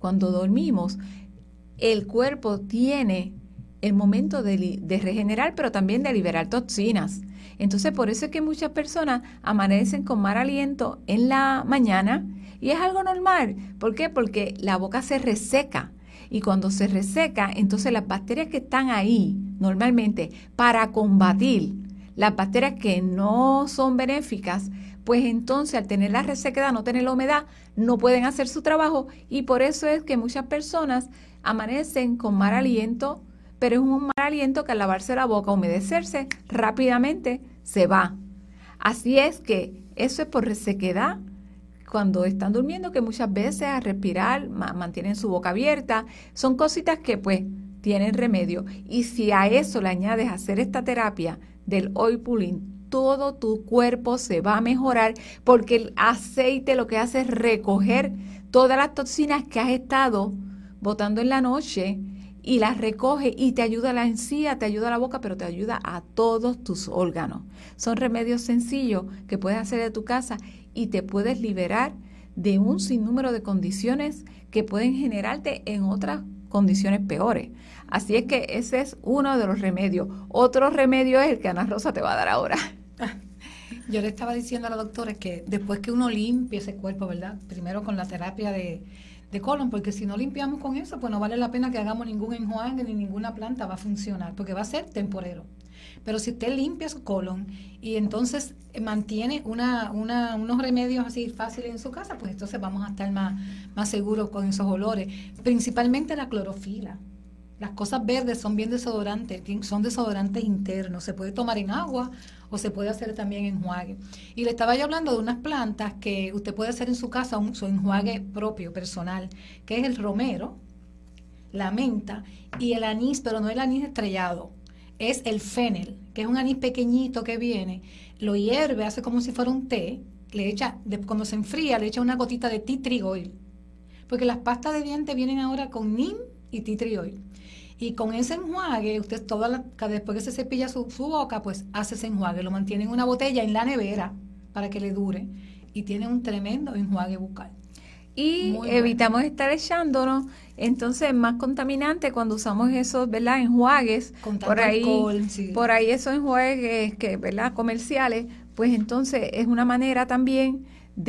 cuando dormimos, el cuerpo tiene el momento de, de regenerar, pero también de liberar toxinas. Entonces, por eso es que muchas personas amanecen con mal aliento en la mañana y es algo normal. ¿Por qué? Porque la boca se reseca. Y cuando se reseca, entonces las bacterias que están ahí normalmente para combatir las bacterias que no son benéficas, pues entonces al tener la resequedad, no tener la humedad, no pueden hacer su trabajo y por eso es que muchas personas amanecen con mal aliento, pero es un mal aliento que al lavarse la boca, humedecerse, rápidamente se va. Así es que eso es por resequedad. Cuando están durmiendo, que muchas veces al respirar ma- mantienen su boca abierta, son cositas que pues tienen remedio. Y si a eso le añades hacer esta terapia del oil pulling, todo tu cuerpo se va a mejorar porque el aceite lo que hace es recoger todas las toxinas que has estado botando en la noche y las recoge y te ayuda a la encía, te ayuda a la boca, pero te ayuda a todos tus órganos. Son remedios sencillos que puedes hacer de tu casa y te puedes liberar de un sinnúmero de condiciones que pueden generarte en otras condiciones peores. Así es que ese es uno de los remedios. Otro remedio es el que Ana Rosa te va a dar ahora. Yo le estaba diciendo a la doctora que después que uno limpie ese cuerpo, ¿verdad? Primero con la terapia de, de colon, porque si no limpiamos con eso, pues no vale la pena que hagamos ningún enjuague ni ninguna planta va a funcionar, porque va a ser temporero. Pero si usted limpia su colon y entonces mantiene una, una, unos remedios así fáciles en su casa, pues entonces vamos a estar más, más seguros con esos olores. Principalmente la clorofila. Las cosas verdes son bien desodorantes, son desodorantes internos. Se puede tomar en agua o se puede hacer también enjuague. Y le estaba yo hablando de unas plantas que usted puede hacer en su casa, un, su enjuague propio, personal, que es el romero, la menta y el anís, pero no el anís estrellado. Es el fennel, que es un anís pequeñito que viene, lo hierve, hace como si fuera un té, le echa, de, cuando se enfría, le echa una gotita de tea tree oil, porque las pastas de dientes vienen ahora con neem y tea tree oil. Y con ese enjuague, usted toda la, después que se cepilla su, su boca, pues hace ese enjuague, lo mantiene en una botella en la nevera para que le dure y tiene un tremendo enjuague bucal. Y Muy evitamos bueno. estar echándonos, entonces más contaminante cuando usamos esos, ¿verdad? Enjuagues, Con tanto por ahí, alcohol, sí. por ahí esos enjuagues que, ¿verdad? Comerciales, pues entonces es una manera también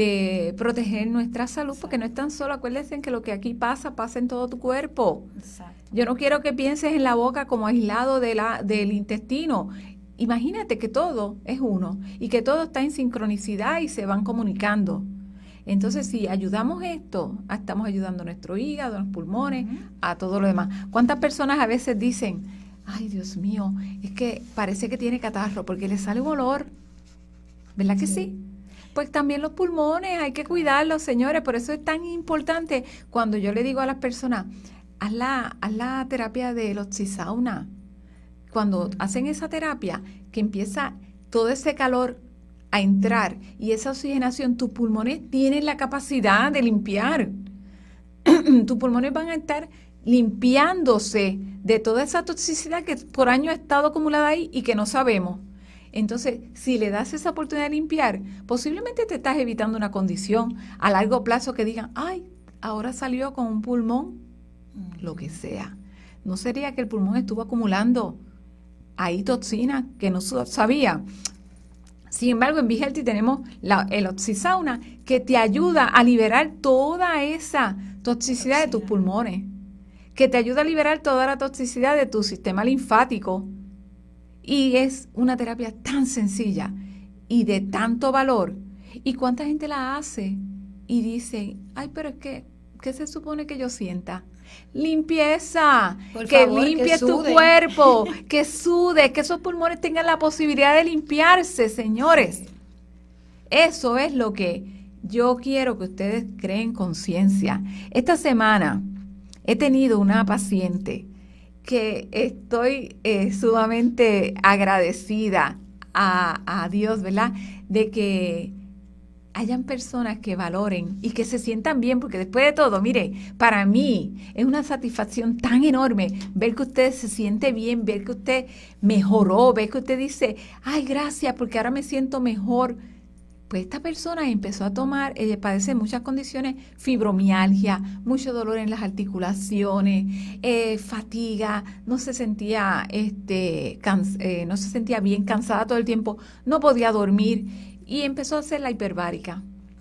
de proteger nuestra salud, exacto, porque no es tan solo, acuérdense que lo que aquí pasa, pasa en todo tu cuerpo. Exacto. Yo no quiero que pienses en la boca como aislado de la, del intestino. Imagínate que todo es uno y que todo está en sincronicidad y se van comunicando. Entonces, si ayudamos esto, estamos ayudando a nuestro hígado, a los pulmones, uh-huh, a todo lo demás. ¿Cuántas personas a veces dicen, ay, Dios mío, es que parece que tiene catarro porque le sale un olor? ¿Verdad que sí? Pues también los pulmones, hay que cuidarlos, señores. Por eso es tan importante cuando yo le digo a las personas, haz la, haz la terapia del oxisauna. Cuando hacen esa terapia, que empieza todo ese calor a entrar y esa oxigenación, tus pulmones tienen la capacidad de limpiar. Tus pulmones van a estar limpiándose de toda esa toxicidad que por años ha estado acumulada ahí y que no sabemos. Entonces, si le das esa oportunidad de limpiar, posiblemente te estás evitando una condición a largo plazo que digan, ay, ahora salió con un pulmón, lo que sea. ¿No sería que el pulmón estuvo acumulando ahí toxinas que no sabía? Sin embargo, en Be Healthy tenemos la, el oxisauna que te ayuda a liberar toda esa toxicidad de tus pulmones, que te ayuda a liberar toda la toxicidad de tu sistema linfático. Y es una terapia tan sencilla y de tanto valor. ¿Y cuánta gente la hace? Y dice, ay, pero es que, ¿qué se supone que yo sienta? Limpieza, Por que favor, limpies que tu sude. cuerpo, que sude, que esos pulmones tengan la posibilidad de limpiarse, señores. Eso es lo que yo quiero que ustedes creen conciencia. Esta semana he tenido una paciente que estoy eh, sumamente agradecida a, a Dios, ¿verdad? De que hayan personas que valoren y que se sientan bien, porque después de todo, mire, para mí es una satisfacción tan enorme ver que usted se siente bien, ver que usted mejoró, ver que usted dice, ay, gracias, porque ahora me siento mejor. Pues esta persona empezó a tomar, ella padece muchas condiciones, fibromialgia, mucho dolor en las articulaciones, eh, fatiga, no se sentía, este, cansa, eh, no se sentía bien, cansada todo el tiempo, no podía dormir y empezó a hacer la hiperbárica.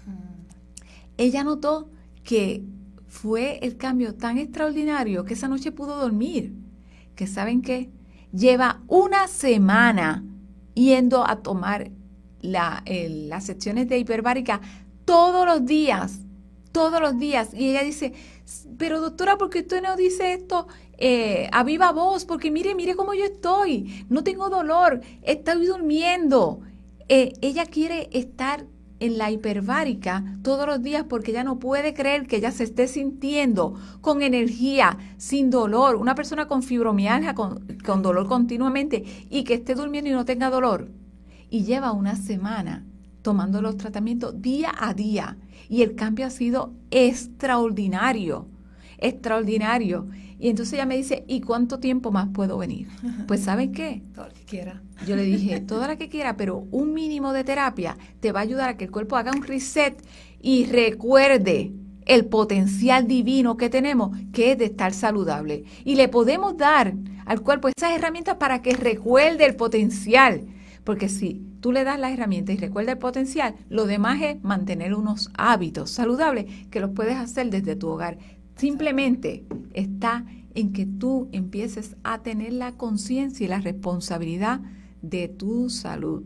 Ella notó que fue el cambio tan extraordinario que esa noche pudo dormir, que ¿saben qué? Lleva una semana yendo a tomar la, el, las secciones de hiperbárica todos los días, todos los días. Y ella dice, pero doctora, ¿por qué usted no dice esto eh, a viva voz? Porque mire, mire cómo yo estoy, no tengo dolor, estoy durmiendo. Eh, ella quiere estar en la hiperbárica todos los días porque ella no puede creer que ella se esté sintiendo con energía, sin dolor. Una persona con fibromialgia, con, con dolor continuamente y que esté durmiendo y no tenga dolor. Y lleva una semana tomando los tratamientos día a día y el cambio ha sido extraordinario, extraordinario. Y entonces ella me dice, ¿y cuánto tiempo más puedo venir? Pues ¿saben qué? Todo lo que quiera. Yo le dije, toda la que quiera, pero un mínimo de terapia te va a ayudar a que el cuerpo haga un reset y recuerde el potencial divino que tenemos, que es de estar saludable. Y le podemos dar al cuerpo esas herramientas para que recuerde el potencial. Porque si tú le das las herramientas y recuerda el potencial, lo demás es mantener unos hábitos saludables que los puedes hacer desde tu hogar. Simplemente está en que tú empieces a tener la conciencia y la responsabilidad de tu salud.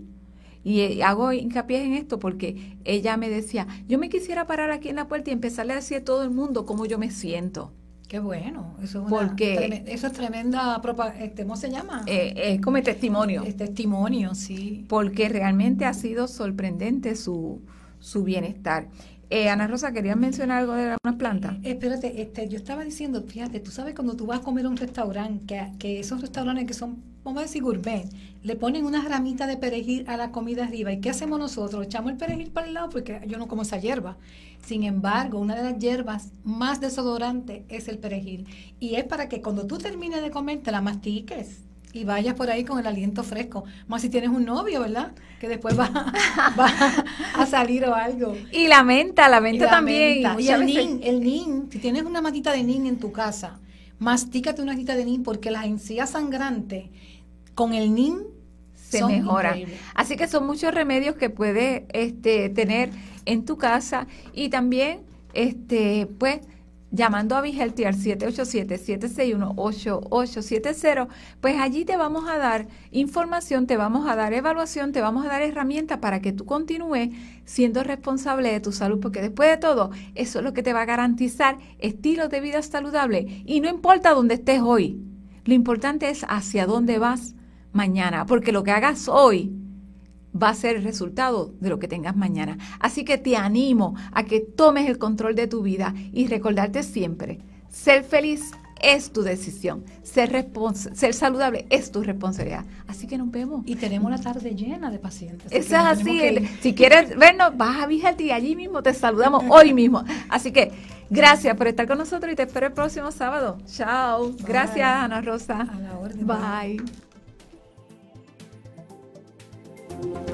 Y hago hincapié en esto porque ella me decía, yo me quisiera parar aquí en la puerta y empezarle a decir a todo el mundo cómo yo me siento. Qué bueno, eso es, una porque, tremenda, eso es tremenda, este, ¿cómo se llama? Eh, eh, como testimonio. Es testimonio, sí. Porque realmente ha sido sorprendente su, su bienestar. Eh, Ana Rosa, ¿querías mencionar algo de unas plantas? Eh, espérate, este, yo estaba diciendo, fíjate, tú sabes cuando tú vas a comer a un restaurante, que, que esos restaurantes que son, vamos a decir, gourmet, le ponen unas ramitas de perejil a la comida arriba. ¿Y qué hacemos nosotros? Echamos el perejil para el lado porque yo no como esa hierba. Sin embargo, una de las hierbas más desodorantes es el perejil. Y es para que cuando tú termines de comer, te la mastiques y vayas por ahí con el aliento fresco. Más si tienes un novio, ¿verdad? Que después va, va a salir o algo. Y la menta, la menta y la también. Menta. Y, y el veces... nin, el nin, si tienes una matita de nin en tu casa, mastícate una matita de nin porque las encías sangrantes con el nin se mejoran. Así que son muchos remedios que puedes este, tener en tu casa y también, este, pues, llamando a Vihelti al siete ocho siete, siete seis uno, ocho ocho siete cero, pues allí te vamos a dar información, te vamos a dar evaluación, te vamos a dar herramientas para que tú continúes siendo responsable de tu salud, porque después de todo, eso es lo que te va a garantizar estilos de vida saludable. Y no importa dónde estés hoy, lo importante es hacia dónde vas mañana, porque lo que hagas hoy va a ser el resultado de lo que tengas mañana. Así que te animo a que tomes el control de tu vida y recordarte siempre, ser feliz es tu decisión, ser, respons- ser saludable es tu responsabilidad. Así que nos vemos. Y tenemos la tarde llena de pacientes. Eso es así. Si quieres vernos, vas a Vihelti y allí mismo te saludamos hoy mismo. Así que gracias por estar con nosotros y te espero el próximo sábado. Chao. Bye. Gracias, Ana Rosa. A la orden. Bye. Bye.